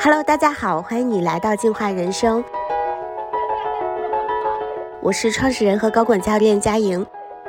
Hello， 大家好，欢迎你来到进化人生，我是创始人和高管教练佳莹。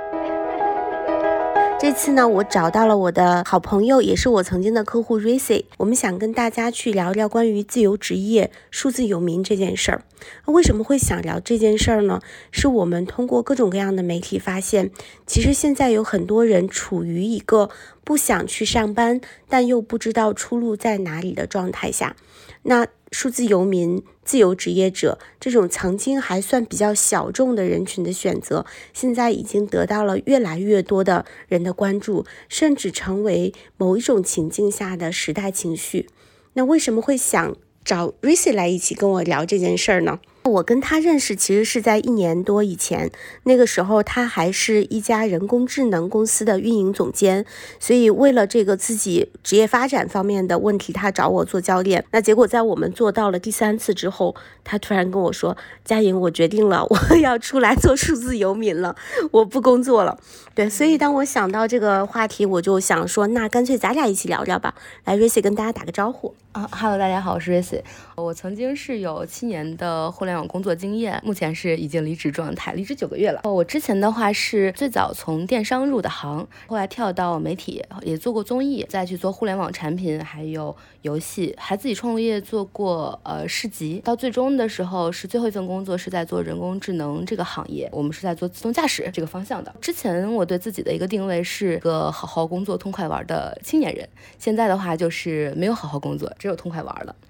这次呢，我找到了我的好朋友，也是我曾经的客户 Ricy， 我们想跟大家去聊聊关于自由职业、数字游民这件事儿。为什么会想聊这件事儿呢？是我们通过各种各样的媒体发现，其实现在有很多人处于一个不想去上班，但又不知道出路在哪里的状态下。那数字游民、自由职业者这种曾经还算比较小众的人群的选择，现在已经得到了越来越多的人的关注，甚至成为某一种情境下的时代情绪。那为什么会想找 Ricy 来一起跟我聊这件事儿呢？我跟他认识其实是在1年多以前，那个时候他还是一家人工智能公司的运营总监，所以为了这个自己职业发展方面的问题，他找我做教练。那结果在我们做到了第3次之后，他突然跟我说，佳莹，我决定了，我要出来做数字游民了，我不工作了。对，所以当我想到这个话题，我就想说，那干脆咱俩一起聊聊吧。来 Ricy 跟大家打个招呼。 Hello， 大家好，我是 Ricy。我曾经是有7年的互联网工作经验，目前是已经离职状态，离职9个月了。我之前的话是最早从电商入的行，后来跳到媒体，也做过综艺，再去做互联网产品，还有游戏，还自己创业做过市集。到最终的时候，是最后一份工作是在做人工智能这个行业，我们是在做自动驾驶这个方向的。之前我对自己的一个定位是个好好工作、痛快玩的青年人，现在的话就是没有好好工作，只有痛快玩了。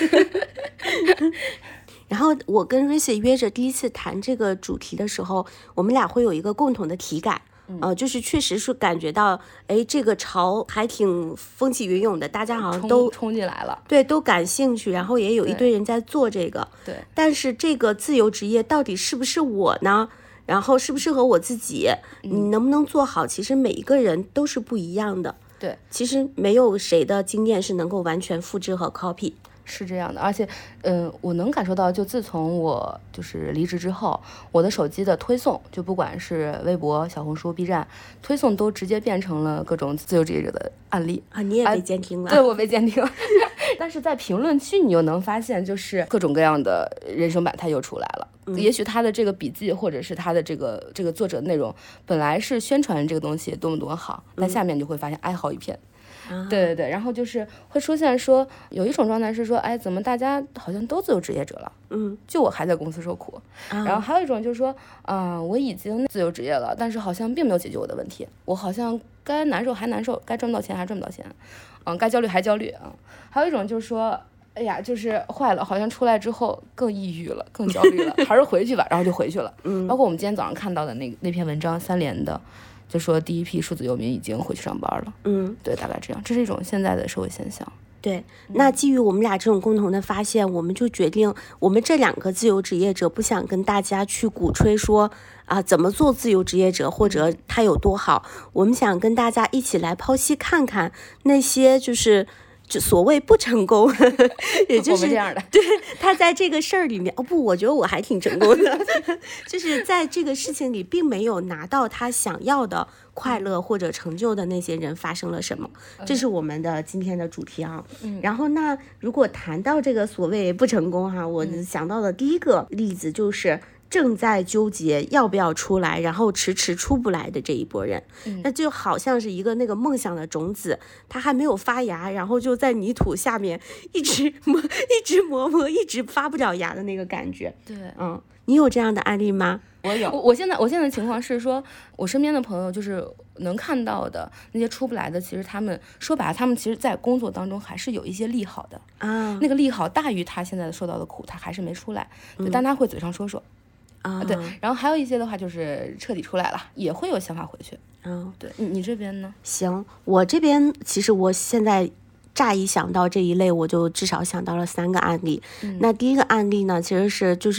然后我跟 Ricy 约着第一次谈这个主题的时候，我们俩会有一个共同的体感，就是确实是感觉到，这个潮还挺风起云涌的，大家好像都冲进来了， 对，都感兴趣，然后也有一堆人在做这个， 对。 但是这个自由职业到底是不是我呢？然后适不适合我自己？你能不能做好？其实每一个人都是不一样的。 对， 其实没有谁的经验是能够完全复制和 copy。 是这样的，而且，我能感受到，就自从我就是离职之后，我的手机的推送，就不管是微博、小红书、B 站，推送都直接变成了各种自由职业者的案例啊！你也被监听了？ 对，我被监听了。但是在评论区，你又能发现，就是各种各样的人生百态又出来了。也许他的这个笔记，或者是他的这个作者内容，本来是宣传这个东西多么多么好，但下面就会发现哀嚎一片。对对对，然后就是会出现说，有一种状态是说，怎么大家好像都自由职业者了，就我还在公司受苦。然后还有一种就是说，我已经自由职业了，但是好像并没有解决我的问题，我好像该难受还难受，该赚不到钱还赚不到钱，该焦虑还焦虑啊。还有一种就是说，哎呀，就是坏了，好像出来之后更抑郁了，更焦虑了，还是回去吧，然后就回去了。包括我们今天早上看到的那篇文章，3联的。就说第一批数字游民已经回去上班了，对，大概这样，这是一种现在的社会现象。 对，那基于我们俩这种共同的发现，我们就决定，我们这2个自由职业者不想跟大家去鼓吹说怎么做自由职业者或者他有多好，我们想跟大家一起来剖析看看那些就所谓不成功，也就是我们这样的， 对，他在这个事儿里面，不，我觉得我还挺成功的，就是在这个事情里并没有拿到他想要的快乐或者成就的那些人发生了什么，这是我们的今天的主题啊。然后那如果谈到这个所谓不成功我想到的第一个例子就是正在纠结要不要出来，然后迟迟出不来的这一波人，那就好像是一个那个梦想的种子，它还没有发芽，然后就在泥土下面一直磨，一直发不了芽的那个感觉。 对， 你有这样的案例吗？ 我有，我现在的情况是说，我身边的朋友就是能看到的那些出不来的，其实他们说白了，他们其实在工作当中还是有一些利好的那个利好大于他现在受到的苦，他还是没出来，但他会嘴上说对，然后还有一些的话就是彻底出来了，也会有想法回去。对，你这边呢？ 行，我这边其实我现在乍一想到这一类，我就至少想到了3个案例。那第一个案例呢，其实是就是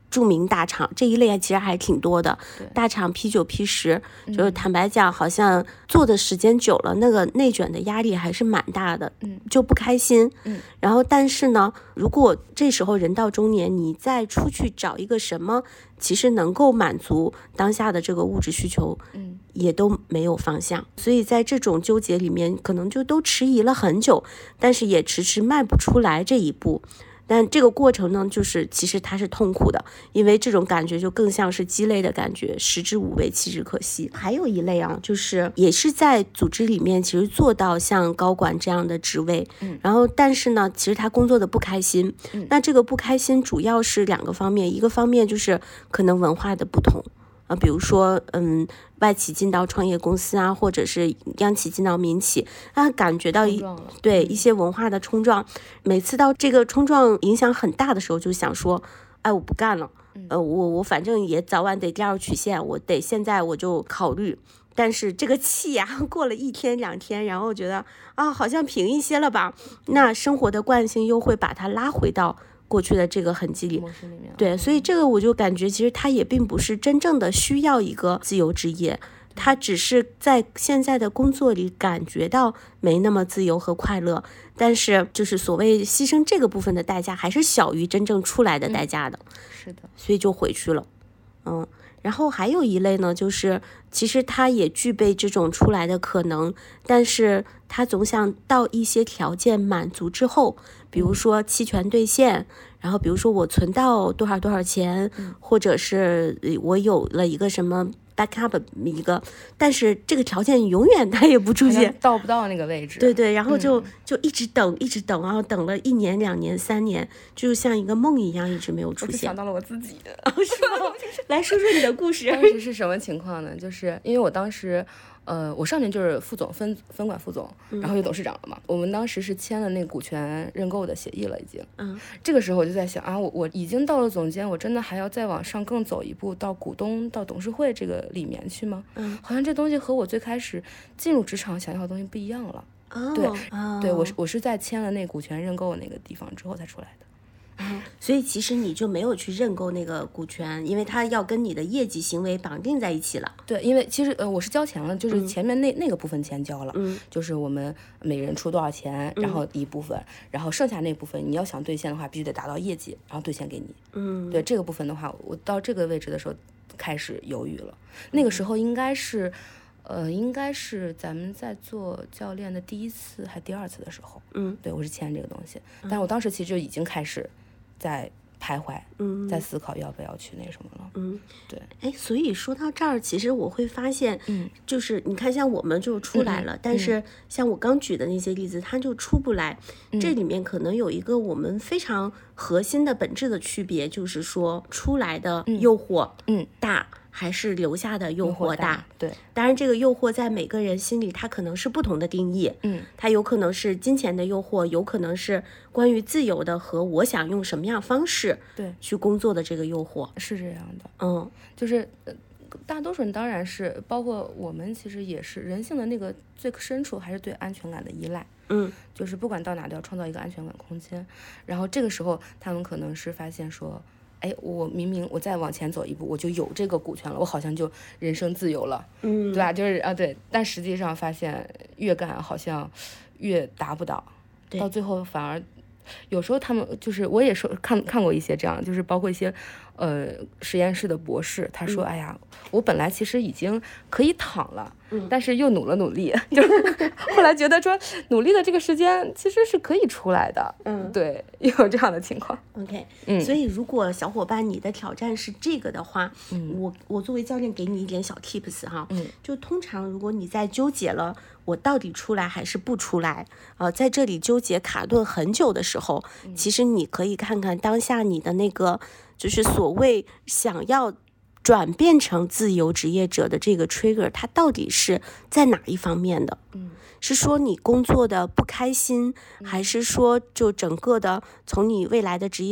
著名大厂，这一类其实还挺多的。大厂批9批10，就是坦白讲，好像做的时间久了，那个内卷的压力还是蛮大的，就不开心。然后但是呢，如果这时候人到中年，你再出去找一个什么，其实能够满足当下的这个物质需求，也都没有方向。所以在这种纠结里面，可能就都迟疑了很久，但是也迟迟迈不出来这一步。但这个过程呢，就是其实它是痛苦的，因为这种感觉就更像是鸡肋的感觉，食之无味，弃之可惜。还有一类啊，就是也是在组织里面其实做到像高管这样的职位，然后但是呢，其实他工作的不开心。那这个不开心主要是2个方面，一个方面就是可能文化的不同。比如说，外企进到创业公司啊，或者是央企进到民企，他感觉到一些文化的冲撞。每次到这个冲撞影响很大的时候，就想说，哎，我不干了，我反正也早晚得第2曲线，我得现在我就考虑。但是这个气呀，过了1天2天，然后觉得好像平一些了吧，那生活的惯性又会把它拉回到过去的这个痕迹里。对，所以这个我就感觉其实他也并不是真正的需要一个自由职业，他只是在现在的工作里感觉到没那么自由和快乐，但是就是所谓牺牲这个部分的代价还是小于真正出来的代价的。 是的， 所以就回去了。然后还有一类呢，就是其实他也具备这种出来的可能，但是他总想到一些条件满足之后，比如说期权兑现，然后比如说我存到多少多少钱，或者是我有了一个什么 backup 一个，但是这个条件永远它也不出现， 到不到那个位置。 对，然后就一直等，然后等了1年2年3年，就像一个梦一样，一直没有出现。 我想到了我自己的， 是吗？来说说你的故事。 当时是什么情况呢？就是因为我当时我上年就是副总分管副总，然后有董事长了嘛。我们当时是签了那个股权认购的协议了，已经。这个时候我就在想我已经到了总监，我真的还要再往上更走一步，到股东到董事会这个里面去吗？好像这东西和我最开始进入职场想要的东西不一样了。对，我是在签了那股权认购那个地方之后才出来的。 所以其实你就没有去认购那个股权，因为它要跟你的业绩行为绑定在一起了。 对，因为其实我是交钱了，就是前面那个部分钱交了，就是我们每人出多少钱，然后一部分，然后剩下那部分你要想兑现的话，必须得达到业绩，然后兑现给你。对，这个部分的话，我到这个位置的时候开始犹豫了。那个时候应该是咱们在做教练的第1次还第2次的时候，对，我是签这个东西，但我当时其实就已经开始在徘徊，在思考要不要去那什么了。对， 所以说到这儿，其实我会发现，就是你看，像我们就出来了，但是像我刚举的那些例子，它就出不来。这里面可能有一个我们非常核心的本质的区别，就是说出来的诱惑大，还是留下的诱惑大。 对， 当然这个诱惑在每个人心里它可能是不同的定义。它有可能是金钱的诱惑，有可能是关于自由的和我想用什么样方式去工作的这个诱惑。 是这样的。就是大多数人当然是，包括我们其实也是，人性的那个最深处还是对安全感的依赖。就是不管到哪都要创造一个安全感空间，然后这个时候他们可能是发现说，我明明我再往前走一步，我就有这个股权了，我好像就人生自由了，对吧？就是对，但实际上发现越干好像越达不到，到最后反而有时候他们就是我也说看过一些这样，就是包括一些实验室的博士，他说哎呀，我本来其实已经可以躺了，但是又努力，就是后来觉得说努力的这个时间其实是可以出来的。对，有这样的情况。 OK，所以如果小伙伴你的挑战是这个的话，我作为教练给你一点小 tips 哈，就通常如果你在纠结了我到底出来还是不出来，在这里纠结卡顿很久的时候，其实你可以看看当下你的那个就是所谓想要转变成自由职业者的这个 trigger， 它到底是在哪一方面的？是说你工作的不开心，还是说就整个的从你未来的职业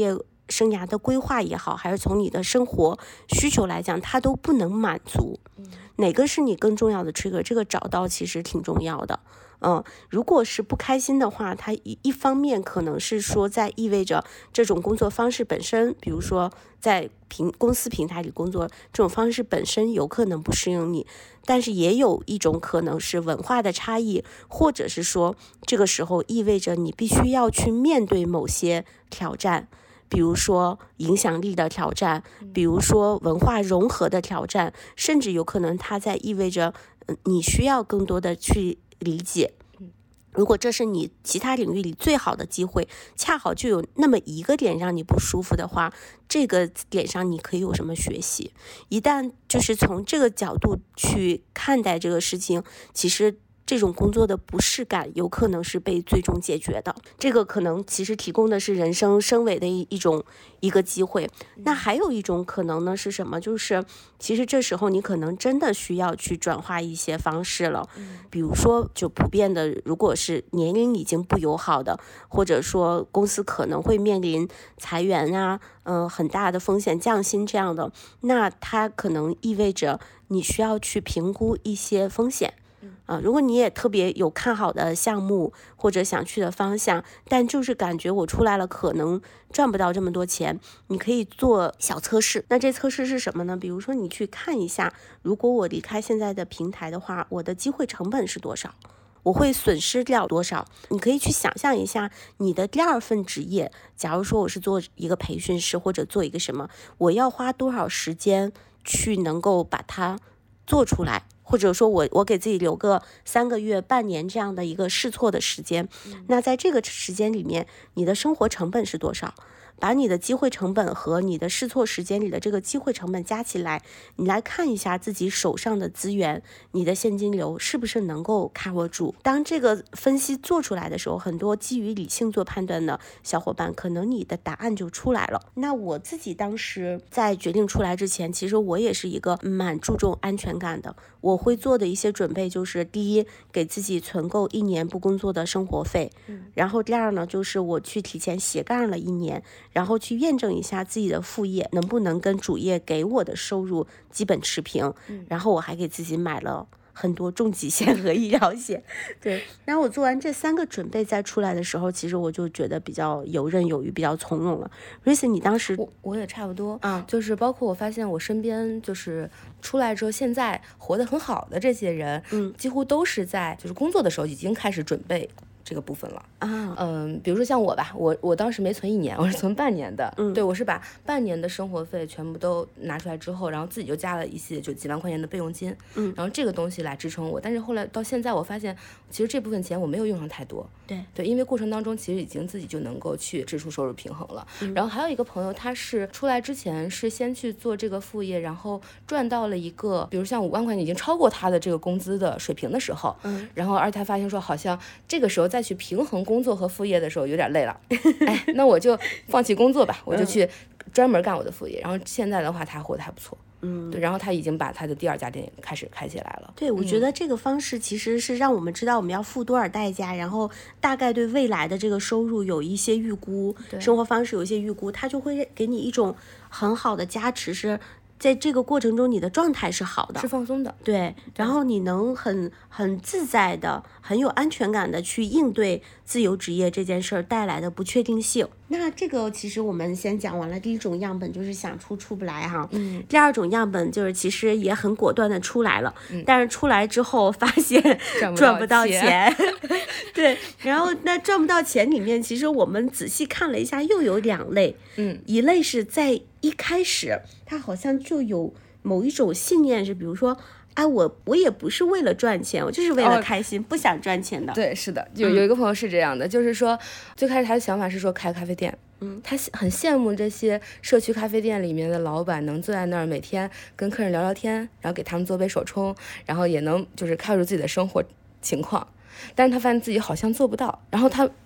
生涯的规划也好，还是从你的生活需求来讲，它都不能满足。哪个是你更重要的 trigger？ 这个找到其实挺重要的。如果是不开心的话，它一方面可能是说在意味着这种工作方式本身，比如说在公司平台里工作，这种方式本身有可能不适应你，但是也有一种可能是文化的差异，或者是说这个时候意味着你必须要去面对某些挑战，比如说影响力的挑战，比如说文化融合的挑战，甚至有可能它在意味着你需要更多的去理解。如果这是你其他领域里最好的机会，恰好就有那么一个点让你不舒服的话，这个点上你可以有什么学习？一旦就是从这个角度去看待这个事情，其实这种工作的不适感有可能是被最终解决的。这个可能其实提供的是人生升维的一个机会。那还有一种可能呢是什么？就是其实这时候你可能真的需要去转化一些方式了。比如说就普遍的，如果是年龄已经不友好的，或者说公司可能会面临裁员啊，很大的风险降薪这样的，那它可能意味着你需要去评估一些风险。如果你也特别有看好的项目或者想去的方向，但就是感觉我出来了可能赚不到这么多钱，你可以做小测试。那这测试是什么呢？比如说你去看一下，如果我离开现在的平台的话，我的机会成本是多少，我会损失掉多少。你可以去想象一下你的第二份职业，假如说我是做一个培训师或者做一个什么，我要花多少时间去能够把它做出来，或者说我给自己留个3个月、半年这样的一个试错的时间。那在这个时间里面，你的生活成本是多少？把你的机会成本和你的试错时间里的这个机会成本加起来，你来看一下自己手上的资源，你的现金流是不是能够 cover 住。当这个分析做出来的时候，很多基于理性做判断的小伙伴，可能你的答案就出来了。那我自己当时在决定出来之前，其实我也是一个蛮注重安全感的。我会做的一些准备就是，第一，给自己存够1年不工作的生活费，然后第二呢，就是我去提前斜杠了1年，然后去验证一下自己的副业能不能跟主业给我的收入基本持平，然后我还给自己买了很多重疾险和医疗险。对，然后我做完这3个准备再出来的时候，其实我就觉得比较游刃有余，比较从容了。Ricy， 你当时我也差不多就是包括我发现我身边就是出来之后现在活得很好的这些人，几乎都是在就是工作的时候已经开始准备这个部分了比如说像我吧，我当时没存1年，我是存半年的。对，我是把半年的生活费全部都拿出来之后，然后自己就加了一些就几万块钱的备用金，然后这个东西来支撑我。但是后来到现在我发现其实这部分钱我没有用上太多。对，因为过程当中其实已经自己就能够去支出收入平衡了。然后还有一个朋友，他是出来之前是先去做这个副业，然后赚到了一个比如像5万块钱已经超过他的这个工资的水平的时候，然后而他发现说好像这个时候再去平衡工作和副业的时候有点累了，那我就放弃工作吧，我就去专门干我的副业。然后现在的话他活得还不错。对，然后他已经把他的第2家店开始开起来了。 对，我觉得这个方式其实是让我们知道我们要付多少代价，然后大概对未来的这个收入有一些预估，生活方式有一些预估，它就会给你一种很好的加持，是在这个过程中你的状态是好的， 是放松的。 对，然后你能很自在的、很有安全感的去应对自由职业这件事儿带来的不确定性。那这个其实我们先讲完了第一种样本，就是想出不来哈。第2种样本就是其实也很果断的出来了，但是出来之后发现赚不到钱。对，然后那赚不到钱里面，其实我们仔细看了一下，又有2类。一类是在一开始他好像就有某一种信念，是比如说我也不是为了赚钱，我就是为了开心，不想赚钱的。 对，是的，有一个朋友是这样的，就是说最开始他的想法是说开咖啡店，他很羡慕这些社区咖啡店里面的老板能坐在那儿每天跟客人聊聊天，然后给他们做杯手冲，然后也能就是开入自己的生活情况。但是他发现自己好像做不到，然后他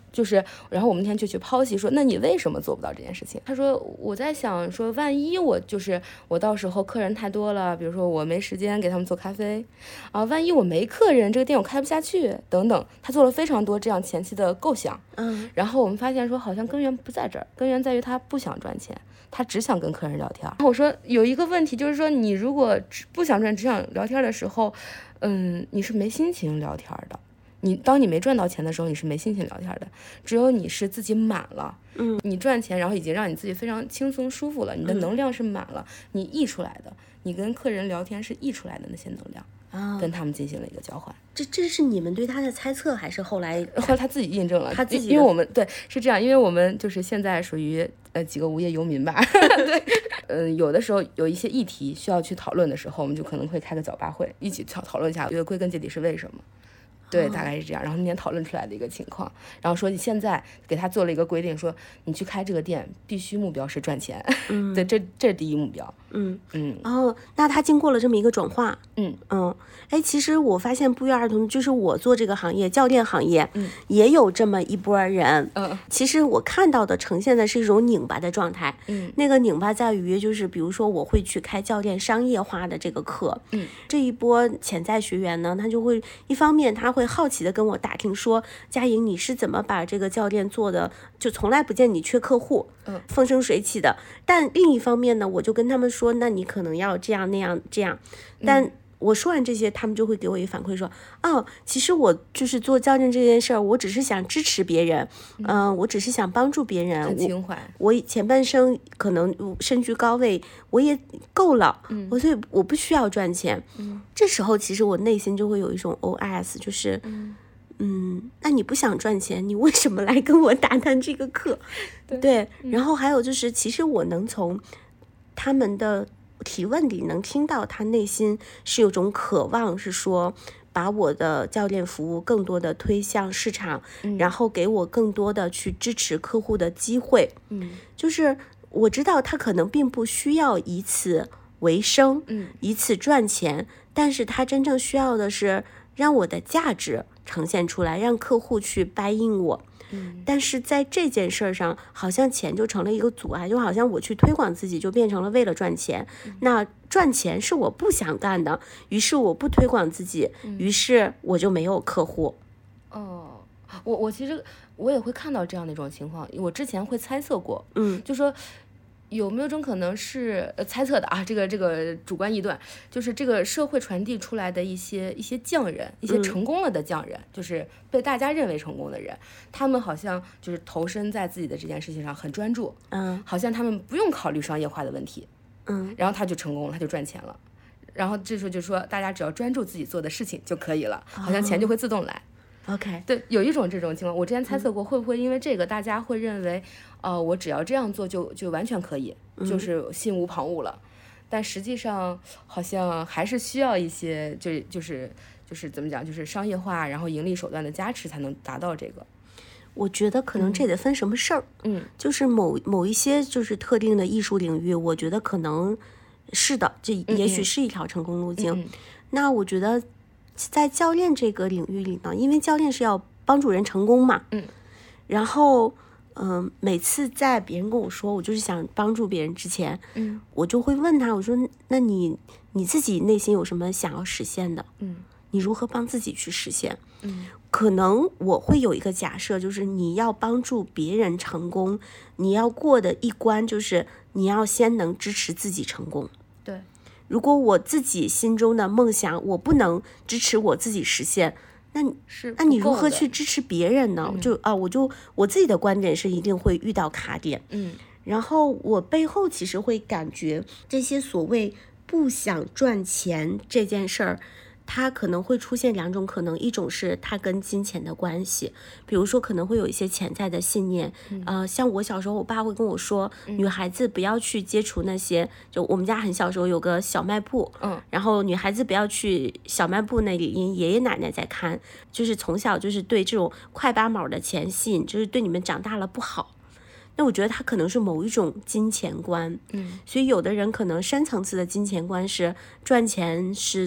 然后我们那天就去剖析说，那你为什么做不到这件事情？他说我在想说，万一我到时候客人太多了，比如说我没时间给他们做咖啡啊，万一我没客人，这个店我开不下去等等。他做了非常多这样前期的构想，然后我们发现说，好像根源不在这儿，根源在于他不想赚钱，他只想跟客人聊天。然后我说有一个问题就是说，你如果不想赚，只想聊天的时候，你是没心情聊天的。当你没赚到钱的时候，你是没心情聊天的。只有你是自己满了，你赚钱，然后已经让你自己非常轻松舒服了，你的能量是满了，你溢出来的，你跟客人聊天是溢出来的那些能量，跟他们进行了一个交换。 这是你们对他的猜测，还是后来他自己印证了？ 他自己， 因为我们对是这样，因为我们就是现在属于几个无业游民吧，对，有的时候有一些议题需要去讨论的时候，我们就可能会开个早八会，一起讨论一下，觉得归根结底是为什么。对，大概是这样。然后那天讨论出来的一个情况，然后说你现在给他做了一个规定，说你去开这个店必须目标是赚钱，对，这是第一目标。 哦，那他经过了这么一个转化，其实我发现不约而同，就是我做这个行业，教练行业，也有这么一波人。其实我看到的呈现的是一种拧巴的状态。那个拧巴在于，就是比如说我会去开教练商业化的这个课，这一波潜在学员呢，他就会一方面他会好奇的跟我打听说，佳莹你是怎么把这个教练做的，就从来不见你缺客户，风生水起的。但另一方面呢，我就跟他们说，那你可能要这样那样这样，但我说完这些，他们就会给我一个反馈说，其实我就是做教练这件事儿，我只是想支持别人，我只是想帮助别人， 很情怀。 我前半生可能身居高位，我也够了，所以我不需要赚钱。这时候其实我内心就会有一种 OS， 就是，那你不想赚钱，你为什么来跟我打探这个课？对，然后还有就是，其实我能从他们的提问里能听到他内心是有种渴望，是说把我的教练服务更多的推向市场，然后给我更多的去支持客户的机会。就是我知道他可能并不需要以此为生，以此赚钱，但是他真正需要的是让我的价值呈现出来，让客户去buy in我。但是在这件事上，好像钱就成了一个阻碍，就好像我去推广自己就变成了为了赚钱。那赚钱是我不想干的，于是我不推广自己，于是我就没有客户。 我其实我也会看到这样的一种情况，我之前会猜测过，就说有没有种可能是猜测的啊？这个主观臆断，就是这个社会传递出来的一些匠人，一些成功了的匠人，就是被大家认为成功的人，他们好像就是投身在自己的这件事情上很专注，好像他们不用考虑商业化的问题，然后他就成功了，他就赚钱了，然后这时候就说大家只要专注自己做的事情就可以了，好像钱就会自动来。 OK， 对，有一种这种情况，我之前猜测过，会不会因为这个，大家会认为，我只要这样做就完全可以，就是心无旁骛了。但实际上，好像还是需要一些，就是怎么讲，就是商业化，然后盈利手段的加持，才能达到这个。 我觉得可能这得分什么事儿，就是某一些就是特定的艺术领域，我觉得可能是的，这也许是一条成功路径。那我觉得在教练这个领域里呢，因为教练是要帮助人成功嘛，然后每次在别人跟我说我就是想帮助别人之前，我就会问他，我说那你自己内心有什么想要实现的？你如何帮自己去实现？可能我会有一个假设，就是你要帮助别人成功，你要过的一关就是你要先能支持自己成功。 对， 如果我自己心中的梦想我不能支持我自己实现，那你如何去支持别人呢？我自己的观点是一定会遇到卡点。然后我背后其实会感觉这些所谓不想赚钱这件事儿，它可能会出现两种可能，一种是它跟金钱的关系，比如说可能会有一些潜在的信念，像我小时候我爸会跟我说，女孩子不要去接触那些，就我们家很小时候有个小卖部，然后女孩子不要去小卖部那里，因为爷爷奶奶在看，就是从小就是对这种快八毛的钱吸引，就是对你们长大了不好。那我觉得它可能是某一种金钱观，所以有的人可能深层次的金钱观是赚钱是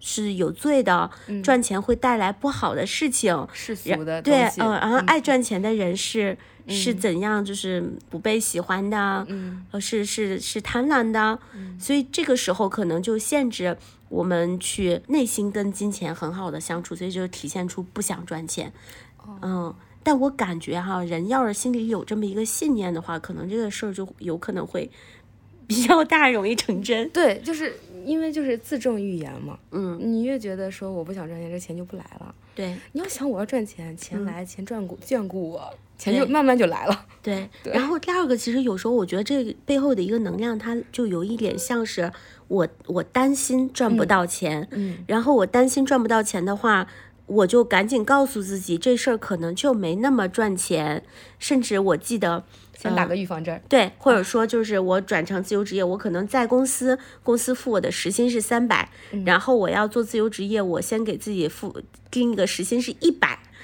是有罪的，赚钱会带来不好的事情， 世俗的对， 东西然后爱赚钱的人是怎样，就是不被喜欢的，是贪婪的，所以这个时候可能就限制我们去内心跟金钱很好的相处，所以就体现出不想赚钱。但我感觉哈，人要是心里有这么一个信念的话，可能这个事儿就有可能会比较大，容易成真。 对，就是因为就是自证预言嘛。你越觉得说我不想赚钱，这钱就不来了。 对， 你要想我要赚钱，钱来，钱眷顾我，钱就慢慢就来了。 对，然后第二个，其实有时候我觉得这个背后的一个能量，它就有一点像是我担心赚不到钱，然后我担心赚不到钱的话，我就赶紧告诉自己这事儿可能就没那么赚钱，甚至我记得先打个预防针， 对，或者说就是我转成自由职业，我可能在公司付我的时薪是300，然后我要做自由职业，我先给自己定一个时薪是100。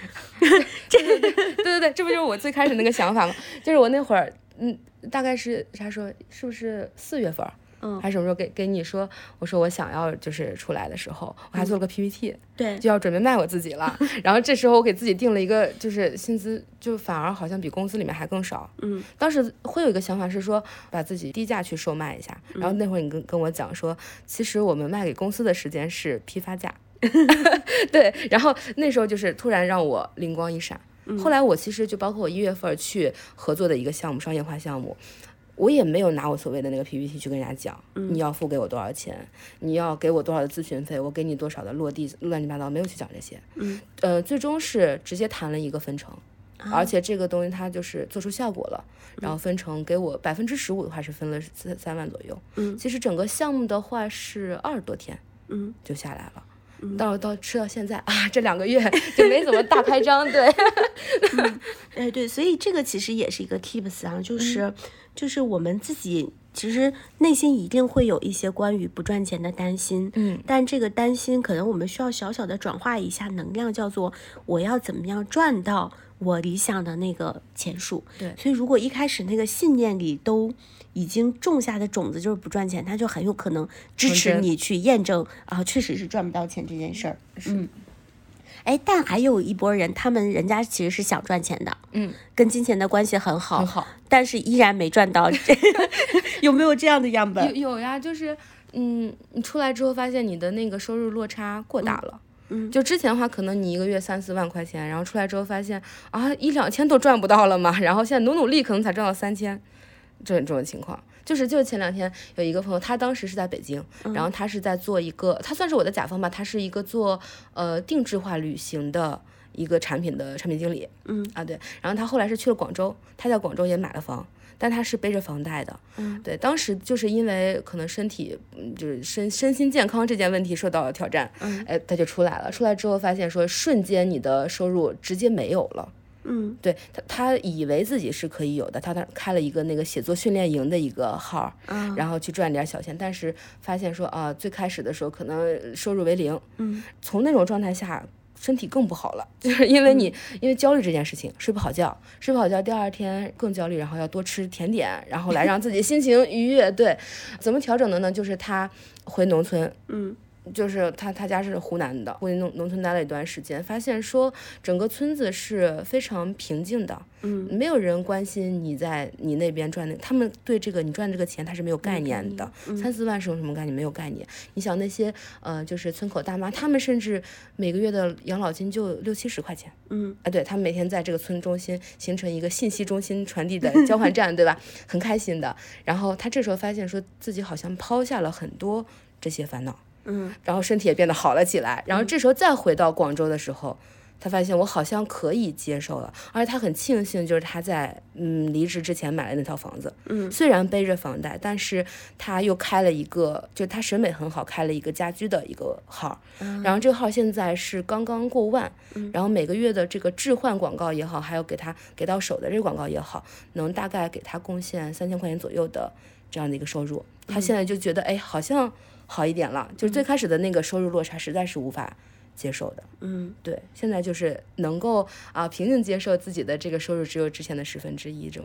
对，这不就是我最开始那个想法吗？就是我那会儿，大概是啥时候？是不是4月份？还是什么时候给你说，我说我想要就是出来的时候，我还做了个 PPT， 对， 就要准备卖我自己了。然后这时候我给自己定了一个，就是薪资就反而好像比公司里面还更少。当时会有一个想法是说，把自己低价去售卖一下。然后那会儿你跟我讲说，其实我们卖给公司的时间是批发价。对，然后那时候就是突然让我灵光一闪。后来我其实就包括我1月份去合作的一个项目，商业化项目。我也没有拿我所谓的那个 PPT 去跟人家讲，你要付给我多少钱，你要给我多少的咨询费，我给你多少的落地，乱七八糟，没有去讲这些。最终是直接谈了一个分成，而且这个东西它就是做出效果了，然后分成给我15%的话是分了3万左右。其实整个项目的话是20多天，就下来了。到吃到现在啊，这2个月就没怎么大开张，对， 对，所以这个其实也是一个 tips 啊，就是我们自己其实内心一定会有一些关于不赚钱的担心，但这个担心可能我们需要小小的转化一下能量，叫做我要怎么样赚到我理想的那个钱数。 对， 所以如果一开始那个信念里都已经种下的种子就是不赚钱，它就很有可能支持你去验证啊，确实是赚不到钱这件事儿。但还有一波人，人家其实是想赚钱的，跟金钱的关系很好，但是依然没赚到。有没有这样的样本？ 有呀，就是你出来之后发现你的那个收入落差过大了。就之前的话，可能你1个月3-4万块钱，然后出来之后发现啊1-2千都赚不到了嘛，然后现在努力可能才赚到3000，这种情况。就是前2天有一个朋友，他当时是在北京，然后他是在做一个，他算是我的甲方吧，他是一个做定制化旅行的一个产品经理。对，然后他后来是去了广州，他在广州也买了房，但他是背着房贷的。对，当时就是因为可能身体就是身心健康这件问题受到了挑战，他就出来了。出来之后发现说，瞬间你的收入直接没有了。对，他以为自己是可以有的，他开了一个那个写作训练营的一个号，然后去赚点小钱，但是发现说最开始的时候可能收入为0，从那种状态下身体更不好了，就是因为焦虑这件事情，睡不好觉，第2天更焦虑，然后要多吃甜点，然后来让自己心情愉悦。对，怎么调整的呢？就是他回农村，就是他家是湖南的，回农村待了一段时间，发现说整个村子是非常平静的，没有人关心你在你那边赚的，他们对这个你赚这个钱他是没有概念的，3-4万是有什么概念？没有概念。你想那些就是村口大妈，他们甚至每个月的养老金就60-70块钱，对，他们每天在这个村中心形成一个信息中心传递的交换站，对吧？很开心的。然后他这时候发现说自己好像抛下了很多这些烦恼。然后身体也变得好了起来，然后这时候再回到广州的时候，他发现我好像可以接受了，而且他很庆幸，就是他在离职之前买了那套房子，虽然背着房贷，但是他又开了一个，就他审美很好，开了一个家居的一个号，然后这个号现在是刚刚过万，然后每个月的这个置换广告也好，还有给到手的这个广告也好，能大概给他贡献3000块钱左右的这样的一个收入，他现在就觉得好像好一点了，就是最开始的那个收入落差实在是无法接受的。对，现在就是能够平静接受自己的这个收入只有之前的1/10这种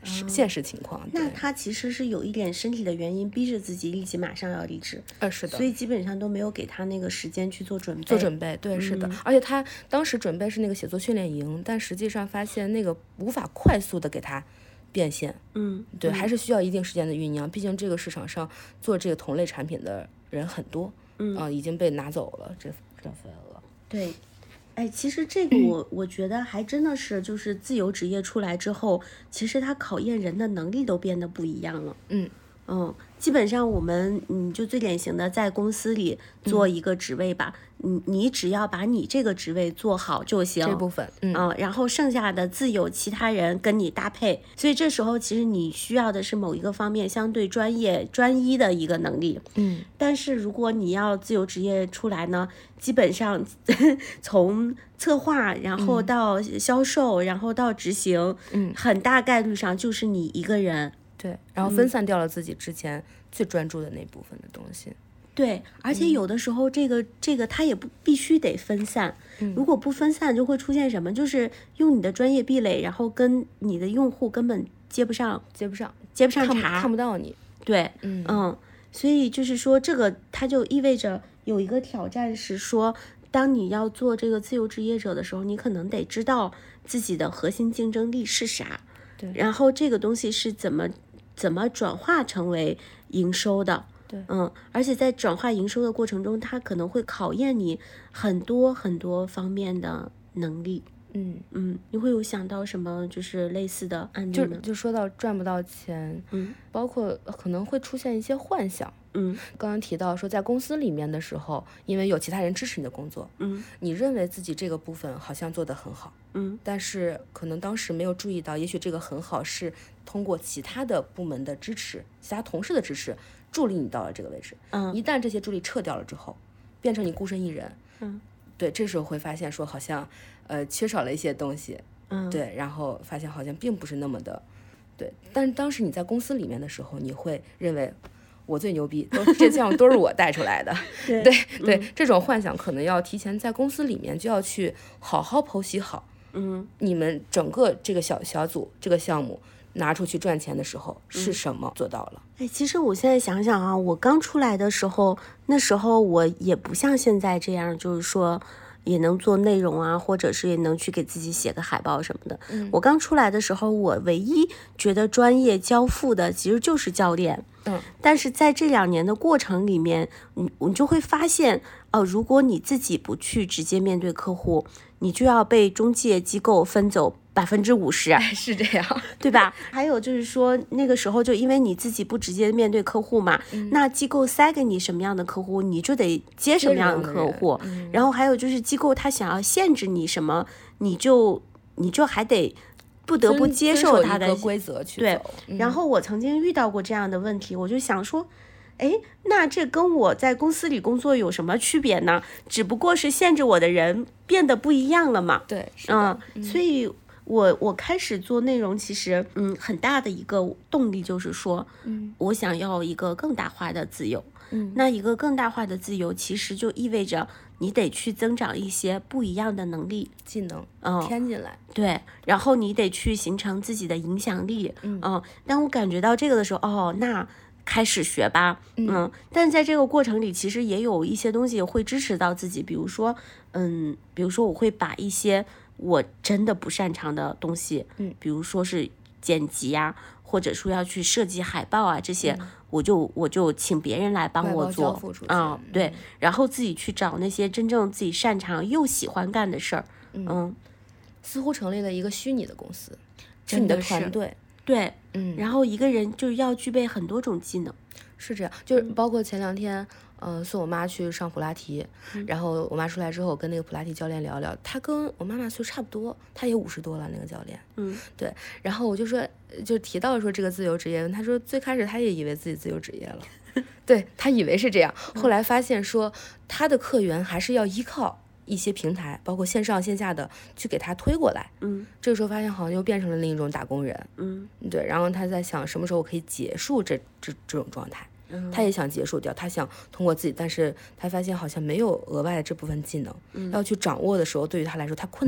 现实情况。 那他其实是有一点身体的原因，逼着自己立即马上要离职。 是的。 所以基本上都没有给他那个时间去做准备。 对，是的。而且他当时准备是那个写作训练营，但实际上发现那个无法快速的给他变现。对，还是需要一定时间的酝酿。毕竟这个市场上做这个同类产品的人很多，已经被拿走了这份额。 对。其实这个我觉得还真的是，就是自由职业出来之后，其实它考验人的能力都变得不一样了。基本上我们就最典型的在公司里做一个职位吧，你只要把你这个职位做好就行， 这部分， 然后剩下的自有其他人跟你搭配。所以这时候其实你需要的是某一个方面相对专一的一个能力。但是如果你要自由职业出来呢，基本上从策划，然后到销售，然后到执行，很大概率上就是你一个人。 对，然后分散掉了自己之前最专注的那部分的东西。 对，而且有的时候这个它也不必须得分散。如果不分散，就会出现什么？就是用你的专业壁垒，然后跟你的用户根本接不上茬， 看不到你。 对，所以就是说，这个它就意味着有一个挑战是说，当你要做这个自由职业者的时候，你可能得知道自己的核心竞争力是啥， 对， 然后这个东西是怎么转化成为营收的。 对， 而且在转化营收的过程中，它可能会考验你很多很多方面的能力。你会有想到什么就是类似的案例吗？ 就说到赚不到钱，包括可能会出现一些幻想。刚刚提到说在公司里面的时候，因为有其他人支持你的工作，你认为自己这个部分好像做得很好，但是可能当时没有注意到，也许这个很好是通过其他的部门的支持，其他同事的支持助力你到了这个位置。一旦这些助力撤掉了之后，变成你孤身一人，对，这时候会发现说好像缺少了一些东西，对，然后发现好像并不是那么的对。但是当时你在公司里面的时候，你会认为我最牛逼，这项目都是我带出来的。对，这种幻想可能要提前在公司里面就要去好好剖析好，你们整个这个小组这个项目拿出去赚钱的时候是什么做到了。 其实我现在想想啊，我刚出来的时候，那时候我也不像现在这样，就是说也能做内容啊，或者是也能去给自己写个海报什么的。我刚出来的时候，我唯一觉得专业交付的其实就是教练。但是在这2年的过程里面，你就会发现，如果你自己不去直接面对客户，你就要被中介机构分走50%， 是这样， 对吧？还有就是说，那个时候就因为你自己不直接面对客户嘛，那机构塞给你什么样的客户，你就得接什么样的客户。然后还有就是机构他想要限制你什么，你就还得不得不接受他的规则去走。对，然后我曾经遇到过这样的问题，我就想说，那这跟我在公司里工作有什么区别呢？只不过是限制我的人变得不一样了嘛。 对，是的。 所以我开始做内容，其实很大的一个动力就是说，我想要一个更大化的自由。那一个更大化的自由，其实就意味着你得去增长一些不一样的能力、 技能，添进来。 对，然后你得去形成自己的影响力。当我感觉到这个的时候，那开始学吧。但在这个过程里，其实也有一些东西会支持到自己，比如说我会把一些我真的不擅长的东西，比如说是剪辑啊，或者说要去设计海报啊，这些我就请别人来帮我做对，然后自己去找那些真正自己擅长又喜欢干的事儿。 似乎成立了一个虚拟的公司，是你的团队。 对，然后一个人就要具备很多种技能。 是这样，就是包括前2天送我妈去上普拉提，然后我妈出来之后，我跟那个普拉提教练聊聊，他跟我妈妈岁数差不多，他也50多了，那个教练。对，然后我就说，就提到说这个自由职业，他说最开始他也以为自己自由职业了，对，他以为是这样，后来发现说他的客源还是要依靠一些平台，包括线上线下的去给他推过来。这个时候发现好像又变成了另一种打工人。对，然后他在想什么时候我可以结束这种状态。他也想结束掉，他想通过自己，但是他发现好像没有额外的这部分技能，要去掌握的时候，对于他来说太困难了。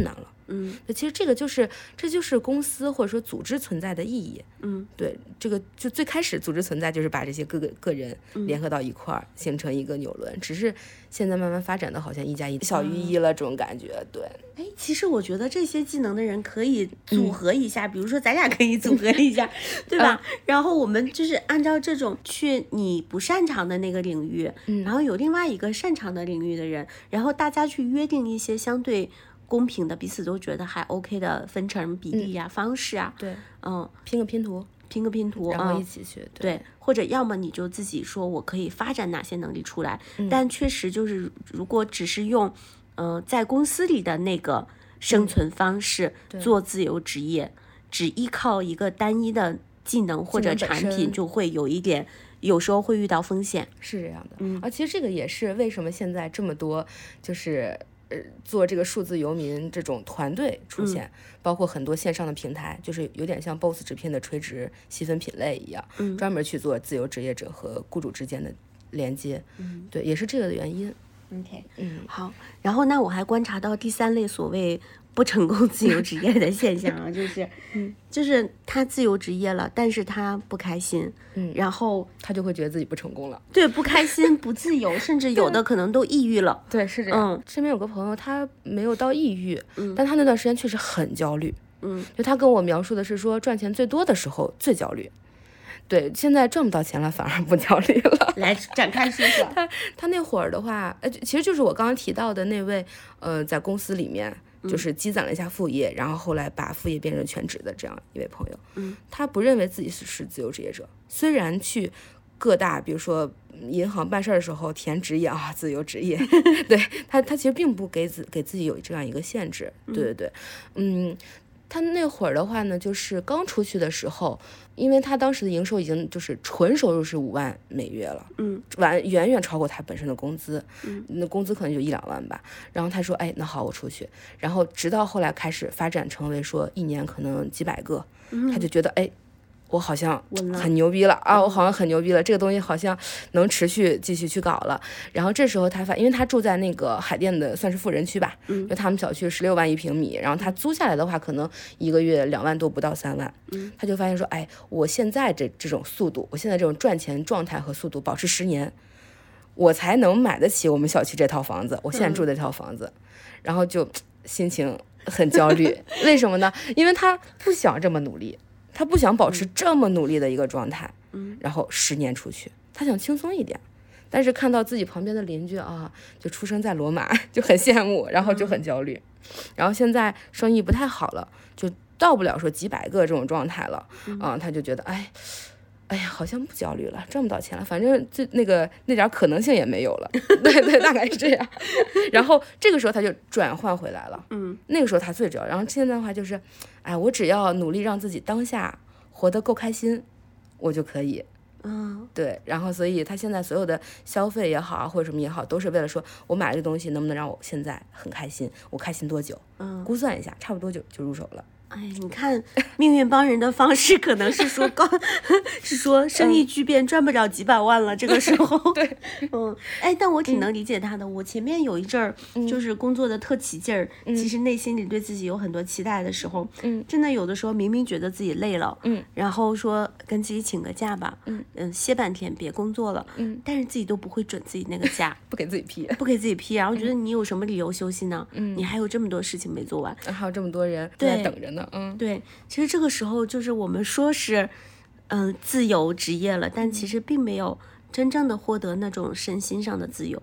其实这就是公司或者说组织存在的意义。对，这个就最开始组织存在就是把这些个人联合到一块儿，形成一个纽轮，只是现在慢慢发展的好像1+1小于1了这种感觉。对， 其实我觉得这些技能的人可以组合一下，比如说咱俩可以组合一下，对吧？然后我们就是按照这种去你不擅长的那个领域，然后有另外一个擅长的领域的人，然后大家去约定一些相对公平的，彼此都觉得还 OK 的分成比例呀、方式啊， 对，拼个拼图，然后一起去， 对，或者要么你就自己说我可以发展哪些能力出来，但确实就是如果只是用在公司里的那个生存方式做自由职业，只依靠一个单一的技能或者产品，就会有一点有时候会遇到风险。 是这样的，其实这个也是为什么现在这么多就是做这个数字游民这种团队出现，包括很多线上的平台，就是有点像 BOSS 直聘的垂直细分品类一样，专门去做自由职业者和雇主之间的连接。对，也是这个的原因。 OK，好。然后那我还观察到第3类所谓不成功自由职业的现象啊，就是他自由职业了，但是他不开心，然后他就会觉得自己不成功了， 对，不开心、不自由，甚至有的可能都抑郁了。 对，是这样。身边有个朋友，他没有到抑郁，但他那段时间确实很焦虑。就他跟我描述的是说，赚钱最多的时候最焦虑。对，现在挣不到钱了，反而不焦虑了。 来展开说说。 他那会儿的话，其实就是我刚刚提到的那位，在公司里面就是积攒了一下副业，然后后来把副业变成全职的这样一位朋友。他不认为自己是自由职业者，虽然去各大比如说银行办事的时候填职业啊，自由职业，对他其实并不给自己有这样一个限制。对，他那会儿的话呢，就是刚出去的时候，因为他当时的营收已经就是纯收入是5万美月了，远远超过他本身的工资，那工资可能就1-2万吧。然后他说，那好，我出去。然后直到后来开始发展成为说1年可能几百个，他就觉得我好像很牛逼了啊！我好像很牛逼了，这个东西好像能持续继续去搞了。然后这时候他因为他住在那个海淀的算是富人区吧，因为他们小区16万1平米，然后他租下来的话可能1个月2万多不到3万，他就发现说，我现在这种速度，我现在这种赚钱状态和速度保持10年，我才能买得起我们小区这套房子，我现在住的这套房子，然后就心情很焦虑。为什么呢？因为他不想这么努力。他不想保持这么努力的一个状态，然后10年出去，他想轻松一点，但是看到自己旁边的邻居啊，就出生在罗马，就很羡慕，然后就很焦虑，然后现在生意不太好了，就到不了说几百个这种状态了，他就觉得哎呀，好像不焦虑了，挣不到钱了，反正那点可能性也没有了，对，大概是这样。然后这个时候他就转换回来了，那个时候他最主要。然后现在的话就是，我只要努力让自己当下活得够开心，我就可以。对，然后所以他现在所有的消费也好或者什么也好，都是为了说我买这个东西能不能让我现在很开心，我开心多久？估算一下，差不多就入手了。 你看命运帮人的方式可能是说是说生意巨变，赚不了几百万了这个时候。 对， 但我挺能理解他的。我前面有一阵儿就是工作的特起劲儿，其实内心里对自己有很多期待的时候，真的有的时候明明觉得自己累了，然后说跟自己请个假吧，歇半天别工作了，但是自己都不会准自己那个假， 不给自己批， 然后觉得你有什么理由休息呢？你还有这么多事情没做完， 还有这么多人在等着呢。 对，其实这个时候就是我们说是自由职业了，但其实并没有真正的获得那种身心上的自由。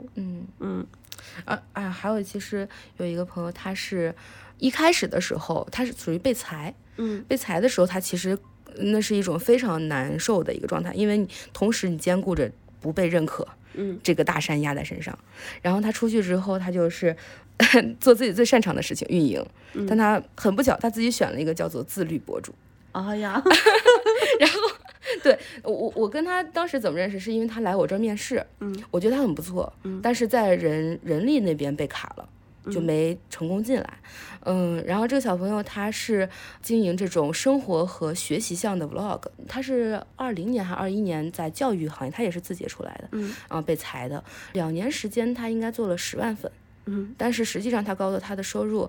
还有其实有一个朋友，他是一开始的时候他是属于被裁，被裁的时候他其实那是一种非常难受的一个状态，因为同时你兼顾着不被认可，这个大山压在身上。然后他出去之后，他就是做自己最擅长的事情，运营。但他很不巧，他自己选了一个叫做自律博主。然后对我跟他当时怎么认识，是因为他来我这儿面试，我觉得他很不错，但是在人力那边被卡了，就没成功进来。然后这个小朋友他是经营这种生活和学习向的 vlog， 他是20年还21年在教育行业，他也是字节出来的，然后被裁的，2年时间他应该做了10万粉，但是实际上他告诉他的收入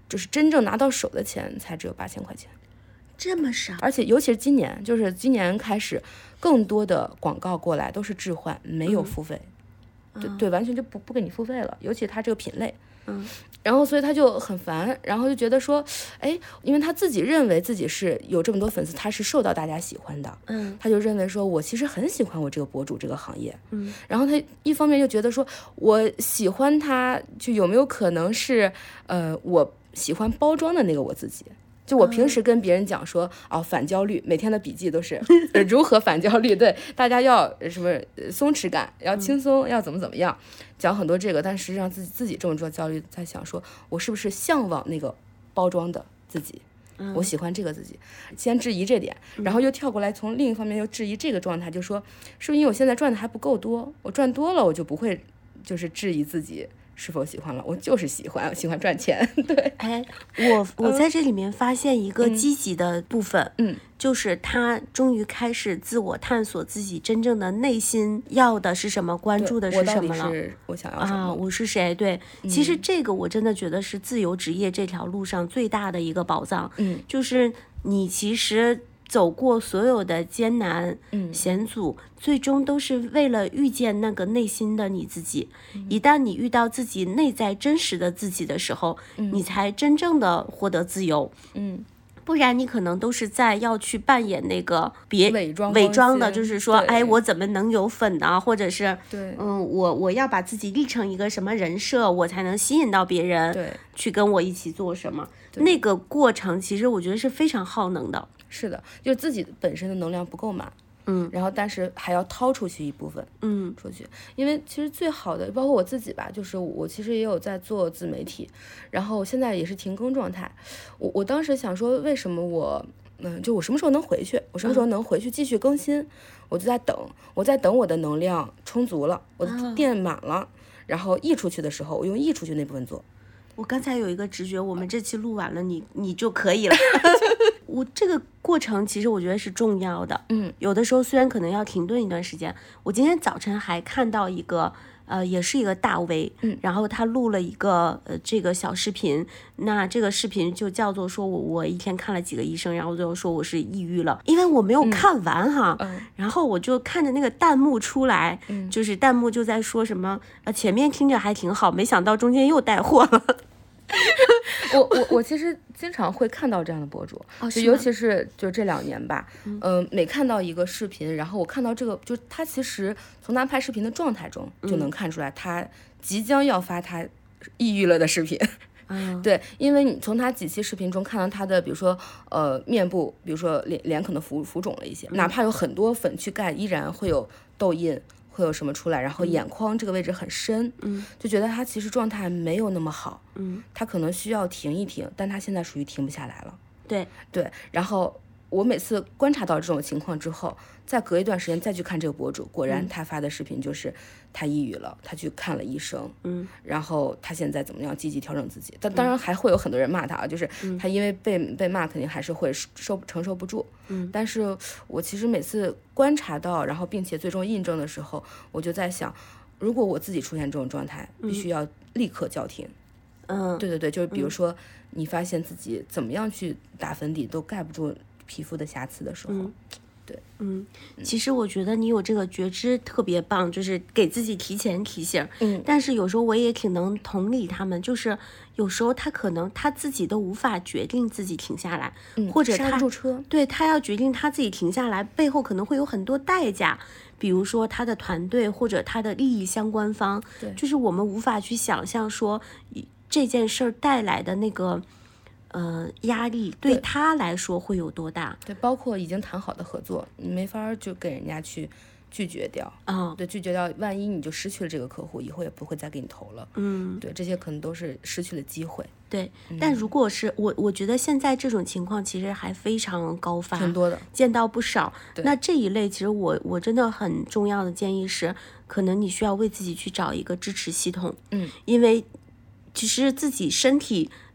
就是真正拿到手的钱才只有8000块钱， 这么少。 而且尤其是今年，就是今年开始更多的广告过来都是置换，没有付费，对，完全就不给你付费了，尤其他这个品类。然后所以他就很烦，然后就觉得说，哎，因为他自己认为自己是有这么多粉丝，他是受到大家喜欢的，他就认为说我其实很喜欢我这个博主这个行业，然后他一方面又觉得说我喜欢他，就有没有可能是我喜欢包装的那个我自己。就我平时跟别人讲说，反焦虑，每天的笔记都是如何反焦虑，对，大家要什么松弛感，要轻松，要怎么样，讲很多这个，但实际上自己这么做焦虑，在想说我是不是向往那个包装的自己，我喜欢这个自己，先质疑这点，然后又跳过来从另一方面又质疑这个状态，就说是不是因为我现在赚的还不够多，我赚多了我就不会就是质疑自己是否喜欢了，我就是喜欢赚钱。对， 哎，我在这里面发现一个积极的部分，就是他终于开始自我探索自己真正的内心要的是什么，关注的是什么了。 我想要什么？ 我是谁？对，其实这个我真的觉得是自由职业这条路上最大的一个宝藏。就是你其实走过所有的艰难险阻，最终都是为了遇见那个内心的你自己。一旦你遇到自己内在真实的自己的时候，你才真正的获得自由。不然你可能都是在要去扮演那个伪装的，就是说，哎，我怎么能有粉呢？或者是，我要把自己立成一个什么人设，我才能吸引到别人去跟我一起做什么。那个过程其实我觉得是非常耗能的。 是的，就是自己本身的能量不够满，然后但是还要掏出去一部分，出去。因为其实最好的，包括我自己吧，就是我其实也有在做自媒体，然后现在也是停更状态。我当时想说，为什么就我什么时候能回去？我什么时候能回去继续更新？我就在等，我的能量充足了，我的电满了，然后溢出去的时候，我用溢出去那部分做。 我刚才有一个直觉，我们这期录完了，你就可以了。我这个过程其实我觉得是重要的。有的时候虽然可能要停顿一段时间，我今天早晨还看到一个也是一个大 V，然后他录了一个这个小视频，那这个视频就叫做说我一天看了几个医生，然后最后说我是抑郁了，因为我没有看完哈，然后我就看着那个弹幕出来，就是弹幕就在说什么前面听着还挺好，没想到中间又带货了。 我其实经常会看到这样的博主，就尤其是就这2年吧，每看到一个视频，然后我看到这个，就他其实从他拍视频的状态中就能看出来，他即将要发他抑郁了的视频。对，因为你从他几期视频中看到他的，比如说面部，比如说脸可能浮肿了一些，哪怕有很多粉去盖，依然会有痘印。会有什么出来，然后眼眶这个位置很深，就觉得他其实状态没有那么好，他可能需要停一停，但他现在属于停不下来了。对，然后我每次观察到这种情况之后，再隔一段时间再去看这个博主，果然他发的视频就是他抑郁了，他去看了医生，然后他现在怎么样积极调整自己，但当然还会有很多人骂他啊，就是他因为被骂肯定还是会承受不住，但是我其实每次观察到，然后并且最终印证的时候，我就在想，如果我自己出现这种状态，必须要立刻叫停。对，就是比如说你发现自己怎么样去打粉底都盖不住皮肤的瑕疵的时候，对， 其实我觉得你有这个觉知特别棒，就是给自己提前提醒。但是有时候我也挺能同理他们，就是有时候他可能他自己都无法决定自己停下来，或者刹不住车， 对，他要决定他自己停下来，背后可能会有很多代价，比如说他的团队或者他的利益相关方，就是我们无法去想象说这件事儿带来的那个压力对他来说会有多大。 对，包括已经谈好的合作，你没法就给人家去拒绝掉，对，拒绝掉，万一你就失去了这个客户，以后也不会再给你投了，对，这些可能都是失去了机会。 对，但如果是我觉得现在这种情况其实还非常高发， 挺多的， 见到不少。那这一类其实我真的很重要的建议是，可能你需要为自己去找一个支持系统，因为其实自己身体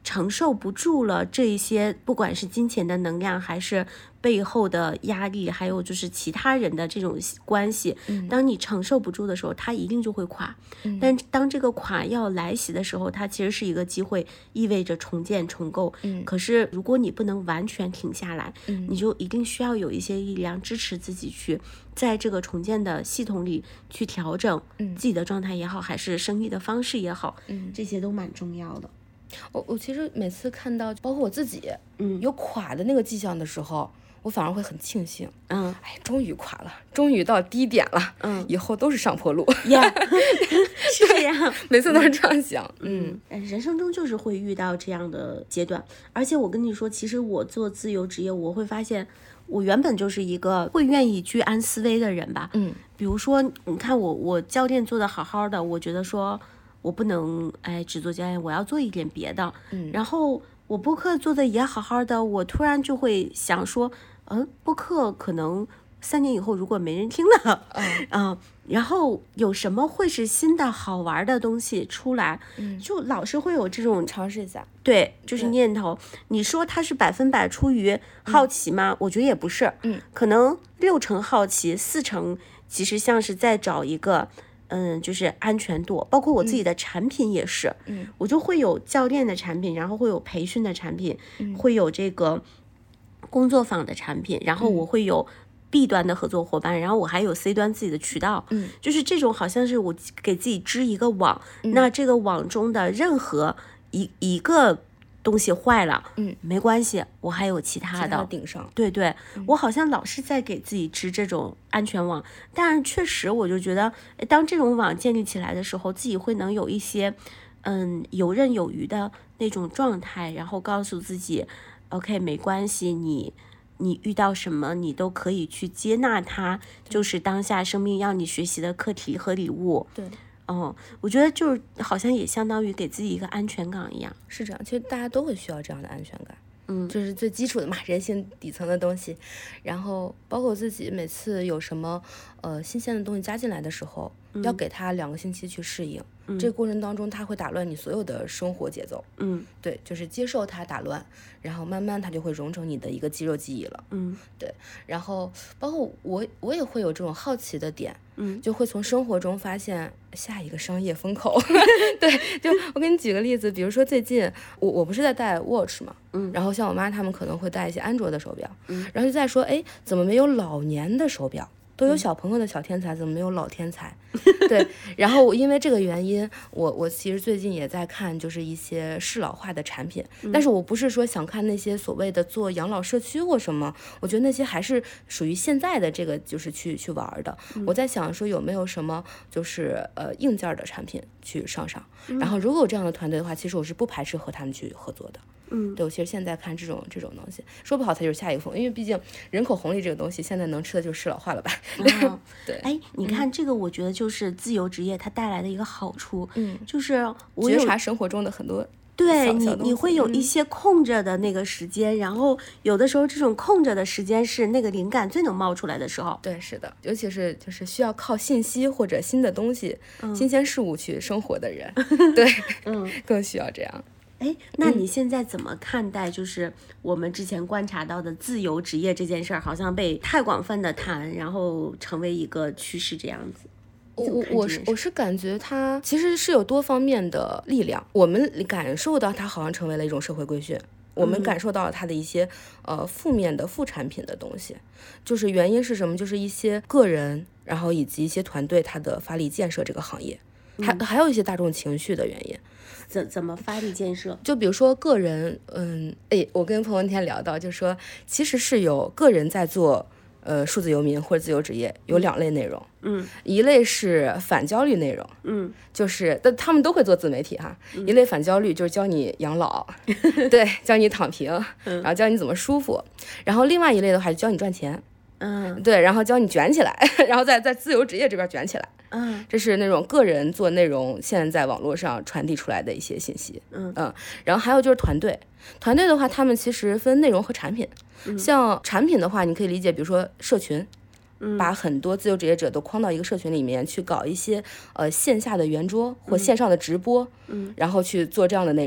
承受不住了这一些，不管是金钱的能量，还是背后的压力，还有就是其他人的这种关系，当你承受不住的时候，它一定就会垮。但当这个垮要来袭的时候，它其实是一个机会，意味着重建重构。可是如果你不能完全停下来，你就一定需要有一些力量支持自己去在这个重建的系统里去调整自己的状态也好，还是生意的方式也好，这些都蛮重要的。 我其实每次看到包括我自己有垮的那个迹象的时候，我反而会很庆幸，哎，终于垮了，终于到低点了，以后都是上坡路， 是这样， 每次都是这样想， 人生中就是会遇到这样的阶段。而且我跟你说，其实我做自由职业，我会发现我原本就是一个会愿意居安思危的人吧，比如说你看我教练做的好好的，我觉得说我不能只做教练，我要做一点别的，然后我播客做的也好好的，我突然就会想说播客可能3年以后如果没人听了，然后有什么会是新的好玩的东西出来，就老是会有这种尝试一下， 对，就是念头。你说它是100%出于好奇吗？我觉得也不是，可能6成好奇，4成其实像是在找一个就是安全度。包括我自己的产品也是，我就会有教练的产品，然后会有培训的产品，会有这个工作坊的产品，然后我会有B 端的合作伙伴，然后我还有 C 端自己的渠道，就是这种好像是我给自己织一个网，那这个网中的任何一个东西坏了，没关系，我还有其他的顶上。 对，我好像老是在给自己织这种安全网，但是确实我就觉得，当这种网建立起来的时候，自己会能有一些游刃有余的那种状态，然后告诉自己 OK 没关系，你遇到什么你都可以去接纳它，就是当下生命让你学习的课题和礼物。 对， 我觉得就是好像也相当于给自己一个安全港一样。 是这样，其实大家都会需要这样的安全感。就是最基础的嘛，人性底层的东西。然后包括我自己每次有什么新鲜的东西加进来的时候，要给它2个星期去适应。这个过程当中它会打乱你所有的生活节奏。对，就是接受它打乱，然后慢慢它就会融成你的一个肌肉记忆了。对。然后包括我也会有这种好奇的点，就会从生活中发现下一个商业风口。对，就我给你举个例子，比如说最近我不是在戴 watch 嘛，然后像我妈他们可能会戴一些安卓的手表，然后就在说，怎么没有老年的手表？都有小朋友的小天才，怎么没有老天才？对，然后我因为这个原因，我其实最近也在看，就是一些适老化的产品，但是我不是说想看那些所谓的做养老社区或什么，我觉得那些还是属于现在的这个就是去玩的。我在想说有没有什么就是硬件的产品去上，然后如果有这样的团队的话，其实我是不排斥和他们去合作的。对，我其实现在看这种东西，说不好它就是下一个风，因为毕竟人口红利这个东西，现在能吃的就是适老化了吧？对， 你看这个，我觉得就是自由职业它带来的一个好处，就是我觉察生活中的很多。 对你会有一些空着的那个时间，然后有的时候这种空着的时间是那个灵感最能冒出来的时候。 对，是的，尤其是就是需要靠信息或者新的东西、新鲜事物去生活的人，对，更需要这样。 那你现在怎么看待就是我们之前观察到的自由职业这件事儿，好像被太广泛的谈，然后成为一个趋势这样子？ 我是感觉它其实是有多方面的力量，我们感受到它好像成为了一种社会规训，我们感受到了它的一些负面的副产品的东西，就是原因是什么？就是一些个人，然后以及一些团队它的发力建设这个行业，还有一些大众情绪的原因。 怎么发力建设？ 就比如说个人，我跟朋友那天聊到，就是说其实是有个人在做数字游民或者自由职业，有2类内容，一类是反焦虑内容，就是但他们都会做自媒体哈，一类反焦虑就是教你养老，对，教你躺平，然后教你怎么舒服，然后另外一类的话就教你赚钱，对，然后教你卷起来，然后在自由职业这边卷起来。这是那种个人做内容现在在网络上传递出来的一些信息。然后还有就是团队的话，他们其实分内容和产品。像产品的话，你可以理解，比如说社群，把很多自由职业者都框到一个社群里面去搞一些线下的圆桌或线上的直播，然后去做这样的内容。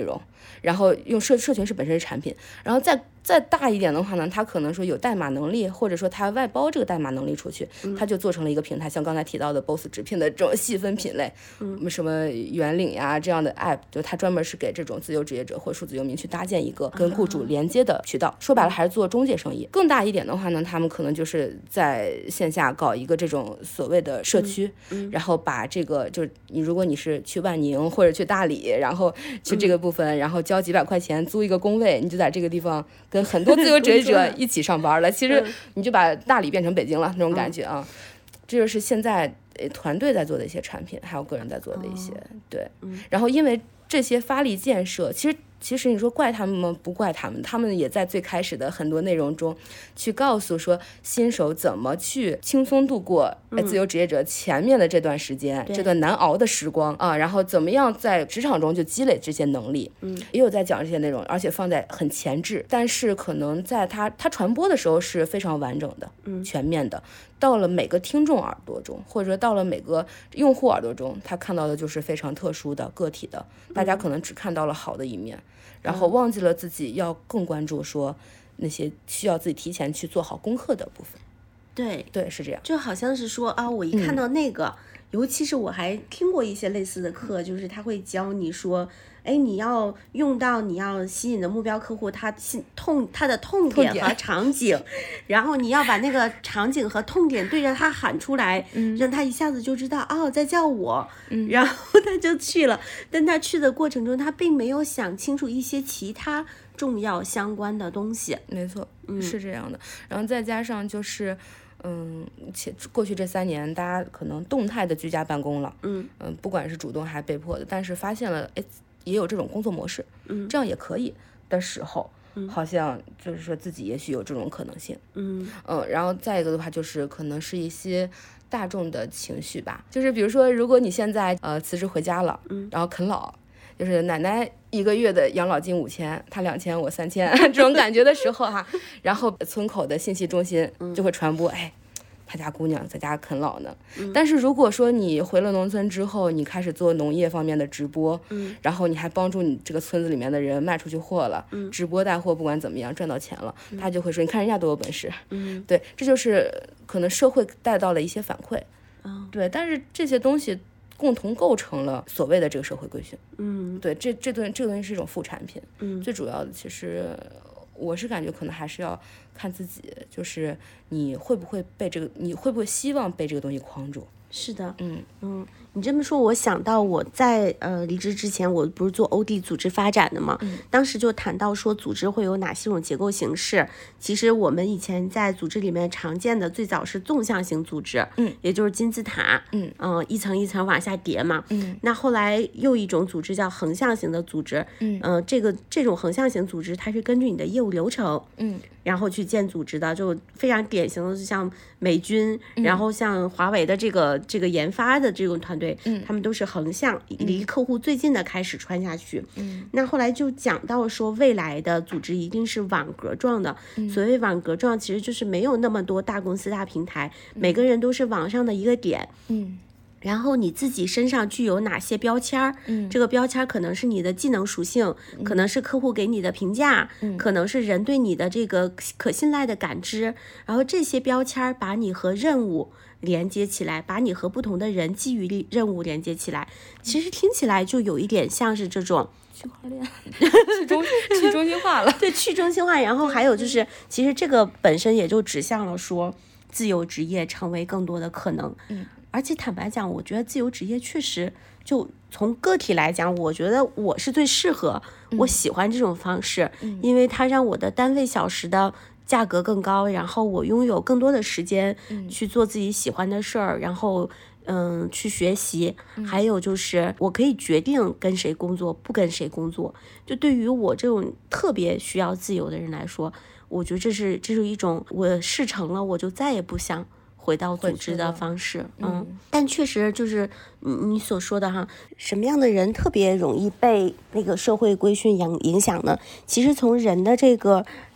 然后用社群是本身是产品，然后再大一点的话呢，它可能说有代码能力，或者说它外包这个代码能力出去，它就做成了一个平台，像刚才提到的 BOSS 直聘的这种细分品类，什么圆领呀这样的 app， 就它专门是给这种自由职业者或数字游民去搭建一个跟雇主连接的渠道，说白了还是做中介生意。更大一点的话呢，他们可能就是在线下搞一个这种所谓的社区，然后把这个就是如果你是去万宁或者去大理，然后去这个部分，然后交几百块钱租一个工位，你就在这个地方跟很多自由职业者一起上班了。其实你就把大理变成北京了那种感觉啊。这就是现在团队在做的一些产品，还有个人在做的一些对。然后因为这些发力建设，其实你说怪他们吗？不怪他们，他们也在最开始的很多内容中去告诉说新手怎么去轻松度过自由职业者前面的这段时间，这段难熬的时光啊，然后怎么样在职场中就积累这些能力，也有在讲这些内容，而且放在很前置，但是可能在它传播的时候是非常完整的、全面的。到了每个听众耳朵中，或者说到了每个用户耳朵中，他看到的就是非常特殊的个体的，大家可能只看到了好的一面，然后忘记了自己要更关注说那些需要自己提前去做好功课的部分。对，是这样。 就好像是说啊，我一看到那个，尤其是我还听过一些类似的课，就是他会教你说，哎，你要用到你要吸引的目标客户他的痛点和场景，然后你要把那个场景和痛点对着他喊出来，让他一下子就知道哦在叫我，然后他就去了。但他去的过程中，他并没有想清楚一些其他重要相关的东西。 没错，是这样的。然后再加上就是过去这3年大家可能动态的居家办公了，不管是主动还是被迫的，但是发现了也有这种工作模式，这样也可以的时候，好像就是说自己也许有这种可能性，然后再一个的话就是可能是一些大众的情绪吧，就是比如说如果你现在辞职回家了，然后啃老，就是奶奶1个月的养老金5000，他2000我3000这种感觉的时候哈，然后村口的信息中心就会传播，他家姑娘在家啃老呢。但是如果说你回了农村之后，你开始做农业方面的直播，然后你还帮助你这个村子里面的人卖出去货了，直播带货不管怎么样赚到钱了，他就会说你看人家多有本事，对，这就是可能社会带到了一些反馈，对，但是这些东西共同构成了所谓的这个社会规训，对，这东西是一种副产品，最主要的其实我是感觉可能还是要看自己，就是你会不会希望被这个东西框住。 是的，你这么说，我想到我在离职之前，我不是做欧弟组织发展的嘛，当时就谈到说组织会有哪些种结构形式。其实我们以前在组织里面常见的最早是纵向型组织，也就是金字塔，一层一层往下叠嘛，那后来又一种组织叫横向型的组织，这种横向型组织它是根据你的业务流程，然后去建组织的，就非常典型的，就像美军，然后像华为的这个研发的这种团队，他们都是横向，离客户最近的开始穿下去。那后来就讲到说，未来的组织一定是网格状的。所谓网格状，其实就是没有那么多大公司大平台，每个人都是网上的一个点。然后你自己身上具有哪些标签，这个标签可能是你的技能属性，可能是客户给你的评价，可能是人对你的这个可信赖的感知，然后这些标签把你和任务连接起来，把你和不同的人基于任务连接起来，其实听起来就有一点像是这种区块链去中心化了。 对，去中心化。然后还有就是其实这个本身也就指向了说自由职业成为更多的可能。而且坦白讲，我觉得自由职业确实就从个体来讲，我觉得我是最适合，我喜欢这种方式，因为它让我的单位小时的价格更高，然后我拥有更多的时间去做自己喜欢的事儿，然后去学习，还有就是我可以决定跟谁工作，不跟谁工作。就对于我这种特别需要自由的人来说，我觉得这是一种我事成了我就再也不想回到组织的方式。但确实就是你所说的哈，什么样的人特别容易被那个社会规训影响呢？其实从人的这个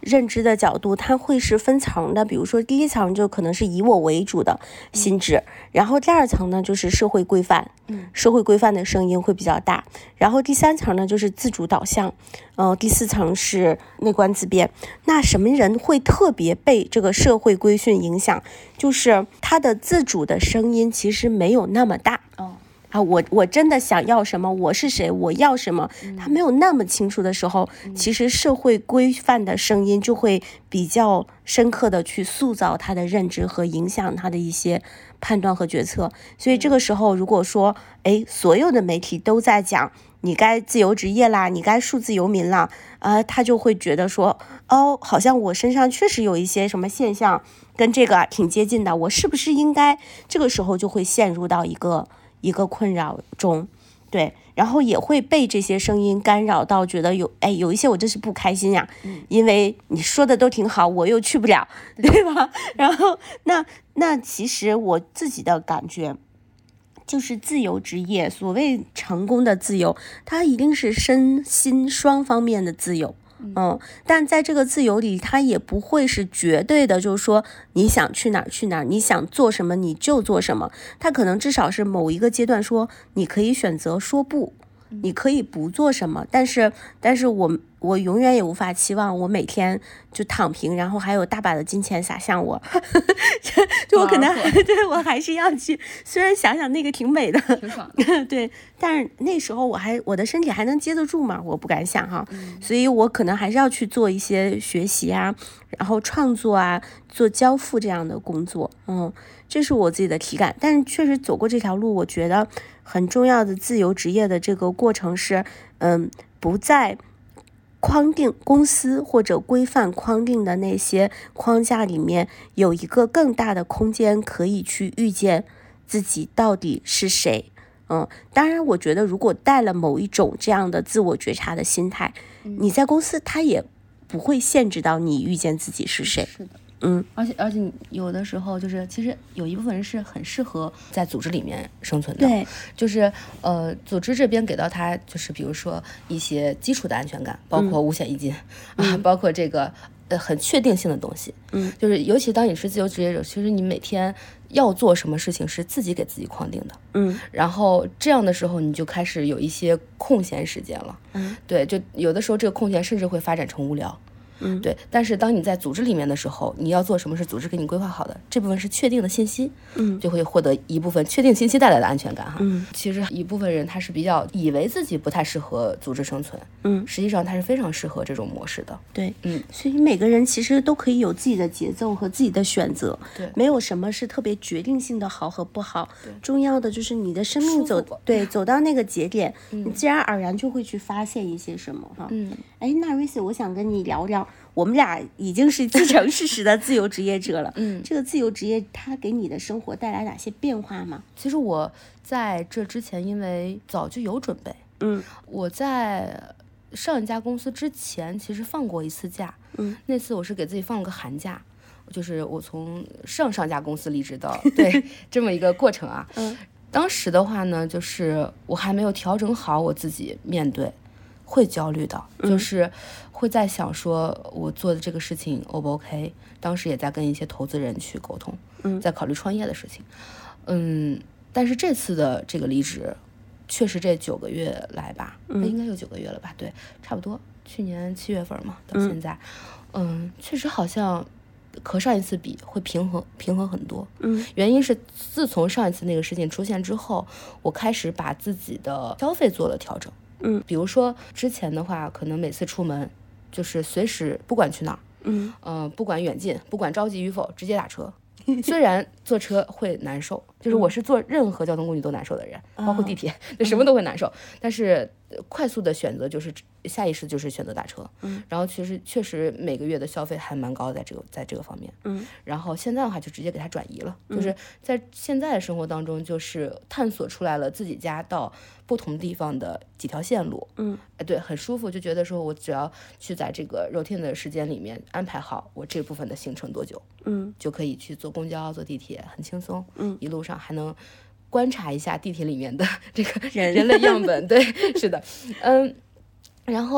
认知的角度，它会是分层的。比如说第一层就可能是以我为主的心智，然后第二层呢就是社会规范，社会规范的声音会比较大，然后第三层呢就是自主导向，第四层是内观自辩。那什么人会特别被这个社会规训影响？就是他的自主的声音其实没有那么大。我真的想要什么，我是谁，我要什么，他没有那么清楚的时候，其实社会规范的声音就会比较深刻的去塑造他的认知和影响他的一些判断和决策。所以这个时候如果说所有的媒体都在讲你该自由职业啦，你该数字游民啦，他就会觉得说好像我身上确实有一些什么现象跟这个挺接近的，我是不是应该，这个时候就会陷入到一个困扰中。对，然后也会被这些声音干扰到，觉得有一些我真是不开心呀，因为你说的都挺好，我又去不了，对吧？然后那其实我自己的感觉就是自由职业，所谓成功的自由，它一定是身心双方面的自由。但在这个自由里，它也不会是绝对的，就是说你想去哪儿去哪儿，你想做什么你就做什么。它可能至少是某一个阶段说，你可以选择说不，你可以不做什么。但是我永远也无法期望我每天就躺平，然后还有大把的金钱洒向我。就我可能对我还是要去，虽然想想那个挺美的， 挺爽的对，但是那时候我的身体还能接得住吗？我不敢想哈。所以我可能还是要去做一些学习啊，然后创作啊，做交付这样的工作。这是我自己的体感。但是确实走过这条路，我觉得很重要的自由职业的这个过程是不在框定公司或者规范框定的那些框架里面，有一个更大的空间可以去遇见自己到底是谁。当然我觉得如果带了某一种这样的自我觉察的心态，你在公司它也不会限制到你遇见自己是谁。 是的。而且有的时候就是其实有一部分人是很适合在组织里面生存的。 对， 就是组织这边给到他就是比如说一些基础的安全感，包括五险一金包括这个很确定性的东西。就是尤其当你是自由职业者，其实你每天要做什么事情是自己给自己框定的。然后这样的时候你就开始有一些空闲时间了。对，就有的时候这个空闲甚至会发展成无聊。对，但是当你在组织里面的时候，你要做什么是组织给你规划好的，这部分是确定的信息，就会获得一部分确定信息带来的安全感哈。其实一部分人他是比较以为自己不太适合组织生存，实际上他是非常适合这种模式的。 对，所以每个人其实都可以有自己的节奏和自己的选择， 对， 没有什么是特别决定性的好和不好，重要的就是你的生命走到那个节点，你自然而然就会去发现一些什么哈。那瑞斯，我想跟你聊聊，我们俩已经是既成事实的自由职业者了。这个自由职业它给你的生活带来哪些变化吗？ 其实我在这之前因为早就有准备。我在上一家公司之前其实放过一次假。那次我是给自己放了个寒假，就是我从上家公司离职到对这么一个过程啊。当时的话呢，就是我还没有调整好我自己面对，会焦虑的，就是会在想说我做的这个事情 O 不 OK。 当时也在跟一些投资人去沟通，在考虑创业的事情。但是这次的这个离职确实这9个月来吧，应该有9个月了吧，对，差不多去年7月份嘛到现在，确实好像和上一次比会平衡很多。原因是自从上一次那个事情出现之后，我开始把自己的消费做了调整。比如说之前的话，可能每次出门就是随时不管去哪儿，不管远近，不管着急与否，直接打车。虽然坐车会难受，就是我是坐任何交通工具都难受的人，包括地铁，就什么都会难受。但是快速的选择就是下意识就是选择打车。然后其实确实每个月的消费还蛮高在这个方面。然后现在的话就直接给它转移了，就是在现在的生活当中，就是探索出来了自己家到不同地方的几条线路。对，很舒服，就觉得说我只要去在这个 routine 的时间里面安排好我这部分的行程多久，就可以去坐公交坐地铁，很轻松。一路上还能观察一下地铁里面的这个人类样本。对，是的。然后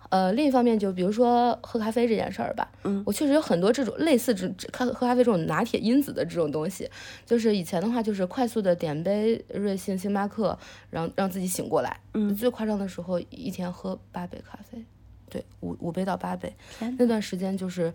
另一方面就比如说喝咖啡这件事儿吧，我确实有很多这种类似喝咖啡这种拿铁因子的这种东西，就是以前的话就是快速的点杯瑞幸、星巴克，让自己醒过来，最夸张的时候一天喝8杯咖啡，对，5杯到8杯，那段时间就是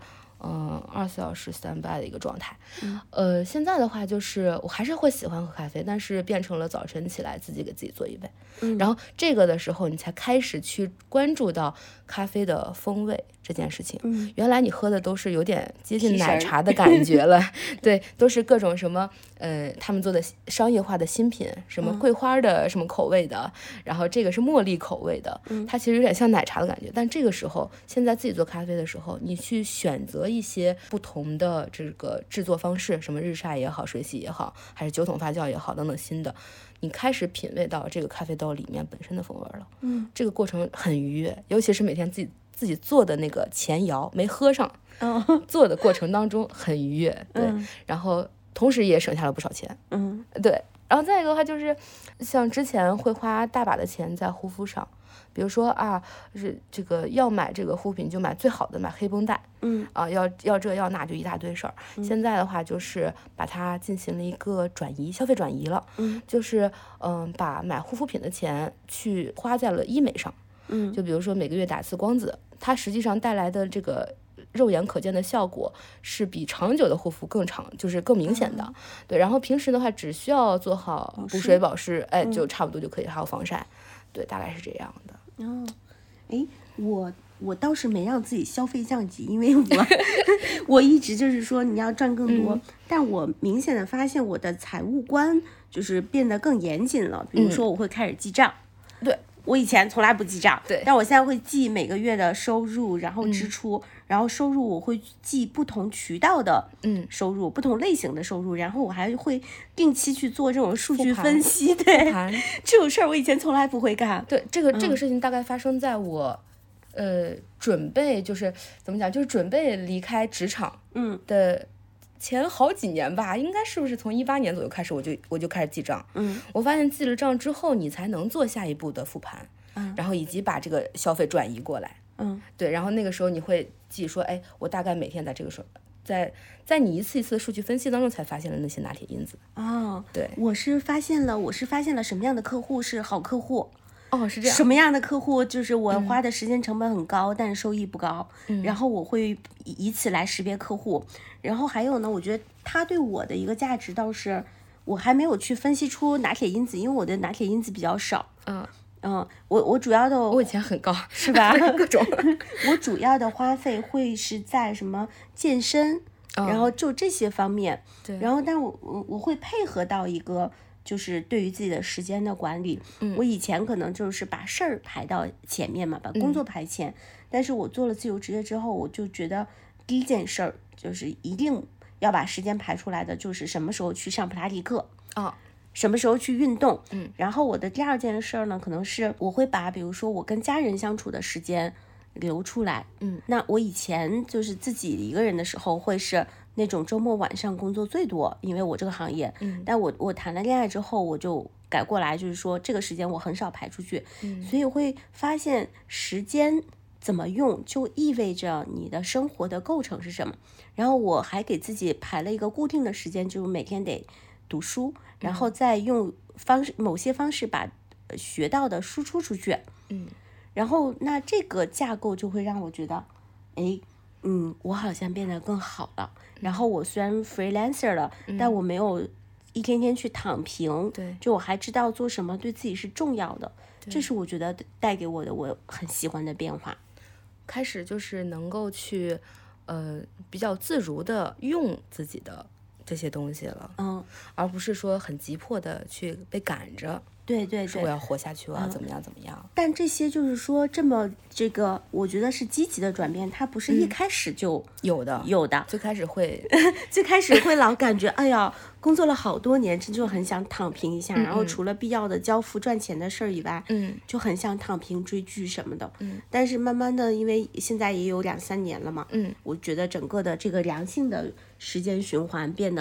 24小时 standby 的一个状态。现在的话就是我还是会喜欢喝咖啡，但是变成了早晨起来自己给自己做一杯，然后这个的时候你才开始去关注到咖啡的风味这件事情。原来你喝的都是有点接近奶茶的感觉了，对，都是各种什么他们做的商业化的新品，什么桂花的什么口味的，然后这个是茉莉口味的，它其实有点像奶茶的感觉。但这个时候现在自己做咖啡的时候，你去选择一些不同的这个制作方式，什么日晒也好，水洗也好，还是酒桶发酵也好，等等新的，你开始品味到这个咖啡豆里面本身的风味了。这个过程很愉悦，尤其是每天自己做的那个前摇没喝上，做的过程当中很愉悦，对，然后同时也省下了不少钱，对。然后再一个的话就是像之前会花大把的钱在护肤上，比如说是这个要买这个护肤品就买最好的，买黑绷带，要这要那就一大堆事儿。现在的话就是把它进行了一个转移，消费转移了，就是把买护肤品的钱去花在了医美上，就比如说每个月打次光子，它实际上带来的这个肉眼可见的效果是比长久的护肤就是更明显的，对。然后平时的话只需要做好补水保湿，就差不多就可以，还有防晒，对，大概是这样的。 我倒是没让自己消费降级，因为我一直就是说你要赚更多，但我明显的发现我的财务观就是变得更严谨了。比如说我会开始记账， 对， 我以前从来不记账， 对， 但我现在会记每个月的收入，然后支出，然后收入我会记不同渠道的收入，不同类型的收入，然后我还会定期去做这种数据分析，对，这种事儿我以前从来不会干。 对，这个事情大概发生在我准备就是怎么讲，就是准备离开职场的前好几年吧，应该是不是从18年左右开始我就开始记账，我发现记了账之后你才能做下一步的复盘，然后以及把这个消费转移过来，对，然后那个时候你会记说，我大概每天在这个时候在你一次一次的数据分析当中才发现了那些拿铁因子。对， 我是发现了什么样的客户是好客户。 是这样。 什么样的客户就是我花的时间成本很高，但是收益不高，然后我会以此来识别客户。然后还有呢，我觉得他对我的一个价值倒是我还没有去分析出拿铁因子，因为我的拿铁因子比较少。我主要的我以前很高， 是吧？ 各种我主要的花费会是在什么健身，然后就这些方面。 对， 然后但我会配合到一个就是对于自己的时间的管理。我以前可能就是把事儿排到前面嘛，把工作排前，但是我做了自由职业之后，我就觉得第一件事儿就是一定要把时间排出来的，就是什么时候去上普拉提课，什么时候去运动。然后我的第二件事儿呢，可能是我会把比如说我跟家人相处的时间留出来。那我以前就是自己一个人的时候会是那种周末晚上工作最多，因为我这个行业。但我谈了恋爱之后，我就改过来，就是说这个时间我很少排出去。所以我会发现时间怎么用就意味着你的生活的构成是什么。然后我还给自己排了一个固定的时间，就是每天得读书，然后再用某些方式把学到的输出出去。然后那这个架构就会让我觉得我好像变得更好了。然后我虽然 freelancer 了，但我没有一天天去躺平， 对， 就我还知道做什么对自己是重要的。这是我觉得带给我的我很喜欢的变化。 开始就是能够去比较自如的用自己的这些东西了，而不是说很急迫的去被赶着。 对， 说我要活下去，我要怎么样怎么样。 但这些就是说这个我觉得是积极的转变，它不是一开始就有的。 最开始会老感觉哎呀，工作了好多年，真就很想躺平一下，然后除了必要的交付赚钱的事儿以外，就很想躺平追剧什么的。但是慢慢的，因为现在也有2-3年了嘛，我觉得整个的这个良性的时间循环变得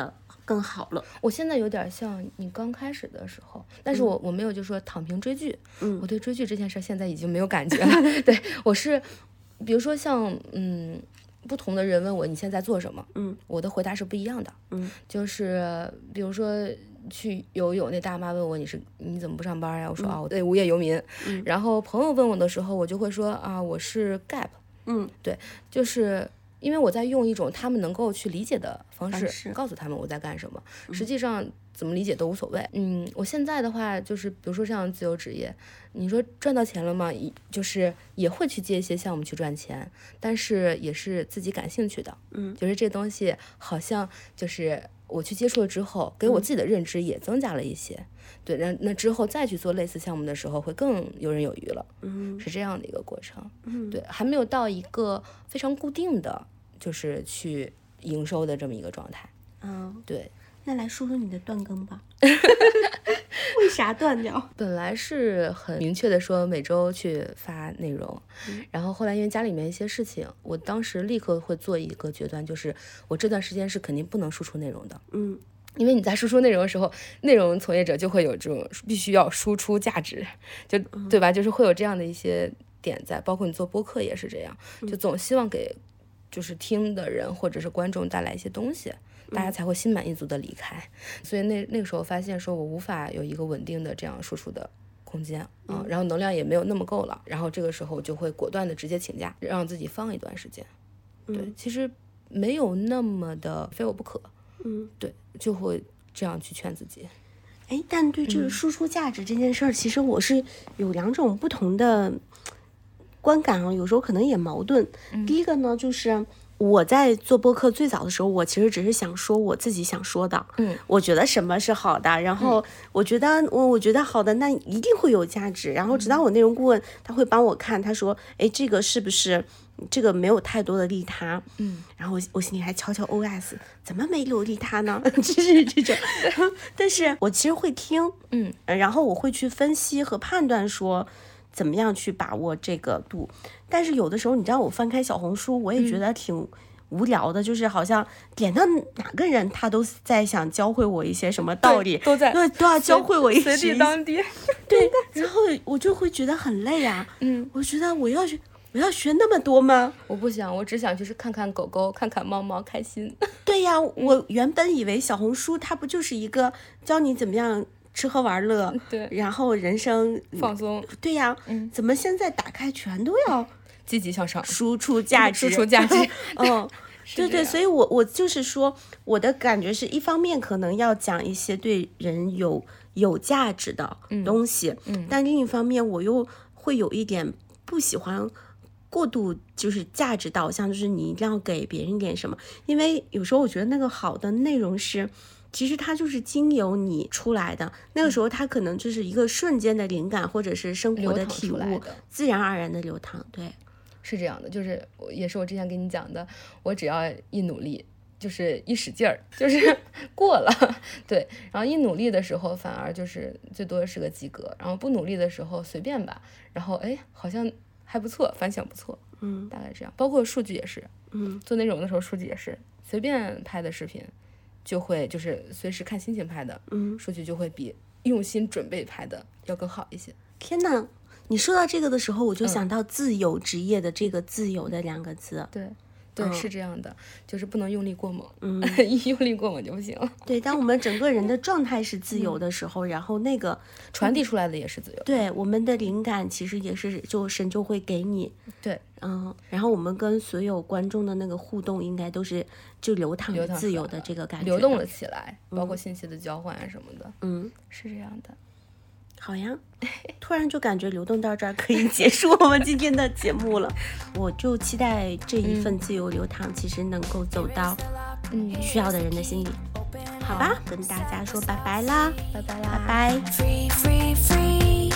更好了。 我现在有点像你刚开始的时候，但是我没有就说躺平追剧，我对追剧这件事现在已经没有感觉了。对，我是比如说像不同的人问我你现在做什么，我的回答是不一样的，就是比如说去游泳，那大妈问我你怎么不上班呀？我说我对无业游民。然后朋友问我的时候，我就会说我是 gap。对，就是因为我在用一种他们能够去理解的方式告诉他们我在干什么，实际上怎么理解都无所谓。我现在的话就是比如说像自由职业，你说赚到钱了吗？就是也会去接一些项目去赚钱，但是也是自己感兴趣的。就是这东西好像就是我去接触了之后，给我自己的认知也增加了一些。对，那之后再去做类似项目的时候会更游刃有余了。是这样的一个过程。对，还没有到一个非常固定的就是去营收的这么一个状态。对。 那来说说你的断更吧。为啥断掉？ 本来是很明确的说每周去发内容，然后后来因为家里面一些事情，我当时立刻会做一个决断，就是我这段时间是肯定不能输出内容的。因为你在输出内容的时候，内容从业者就会有这种必须要输出价值，就对吧？就是会有这样的一些点在，包括你做播客也是这样，就总希望给就是听的人或者是观众带来一些东西，大家才会心满意足的离开。所以那个时候发现说我无法有一个稳定的这样输出的空间然后能量也没有那么够了，然后这个时候我就会果断的直接请假，让自己放一段时间。对，其实没有那么的非我不可。对，就会这样去劝自己。 但对这个输出价值这件事儿，其实我是有两种不同的观感有时候可能也矛盾。第一个呢，就是我在做播客最早的时候，我其实只是想说我自己想说的。我觉得什么是好的，然后我觉得好的那一定会有价值，然后直到我内容顾问他会帮我看，他说这个是不是这个没有太多的利他，然后我心里还悄悄 OS 怎么没有利他呢？就是这种。但是我其实会听，然后我会去分析和判断说怎么样去把握这个度。但是有的时候你知道我翻开小红书，我也觉得挺无聊的，就是好像点到哪个人他都在想教会我一些什么道理， 都要教会我一些随地当爹。 对，然后我就会觉得很累啊。我觉得我要学那么多吗？ 我不想，我只想就是看看狗狗，看看猫猫，开心。 对呀，我原本以为小红书它不就是一个教你怎么样吃喝玩乐， 对， 然后人生放松。 对呀，怎么现在打开全都要积极向上， 输出价值， 输出价值。 对，所以我就是说，我的感觉是一方面可能要讲一些对人有价值的东西，但另一方面我又会有一点不喜欢过度就是价值导向，就是你一定要给别人点什么，因为有时候我觉得那个好的内容是其实它就是经由你出来的，那个时候它可能就是一个瞬间的灵感或者是生活的体悟，自然而然的流淌。对， 是这样的，就是也是我之前跟你讲的，我只要一努力，就是一使劲儿，就是过了。对，然后一努力的时候反而就是最多是个及格，然后不努力的时候随便吧，然后好像还不错，反响不错。大概这样。包括数据也是，做内容的时候数据也是随便拍的视频就会就是随时看心情拍的，数据就会比用心准备拍的要更好一些。 天哪，你说到这个的时候我就想到自由职业的这个自由的两个字。 对，是这样的，就是不能用力过猛，一用力过猛就不行了。 对，当我们整个人的状态是自由的时候，然后那个传递出来的也是自由的。 对，我们的灵感其实也是就神就会给你。 对， 然后我们跟所有观众的那个互动应该都是就流淌自由的这个感觉， 流动了起来，包括信息的交换啊什么的。是这样的。 好呀，突然就感觉流动到这儿可以结束我们今天的节目了。我就期待这一份自由流淌其实能够走到需要的人的心里。好吧，跟大家说拜拜啦， 拜拜啦， 拜拜。 Free, free, free.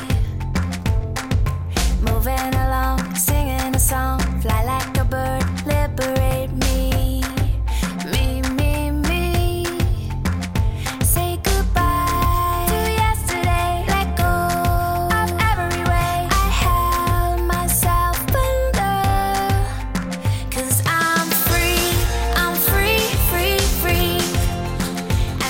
Moving along, singing a song, fly like a bird, liberate me. Me, me, me. Say goodbye to yesterday, let go of every way I held myself under. 'Cause I'm free, free, free.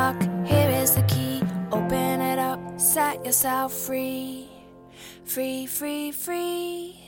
lock, here is the key. Open it up, set yourself free. Free, free, free.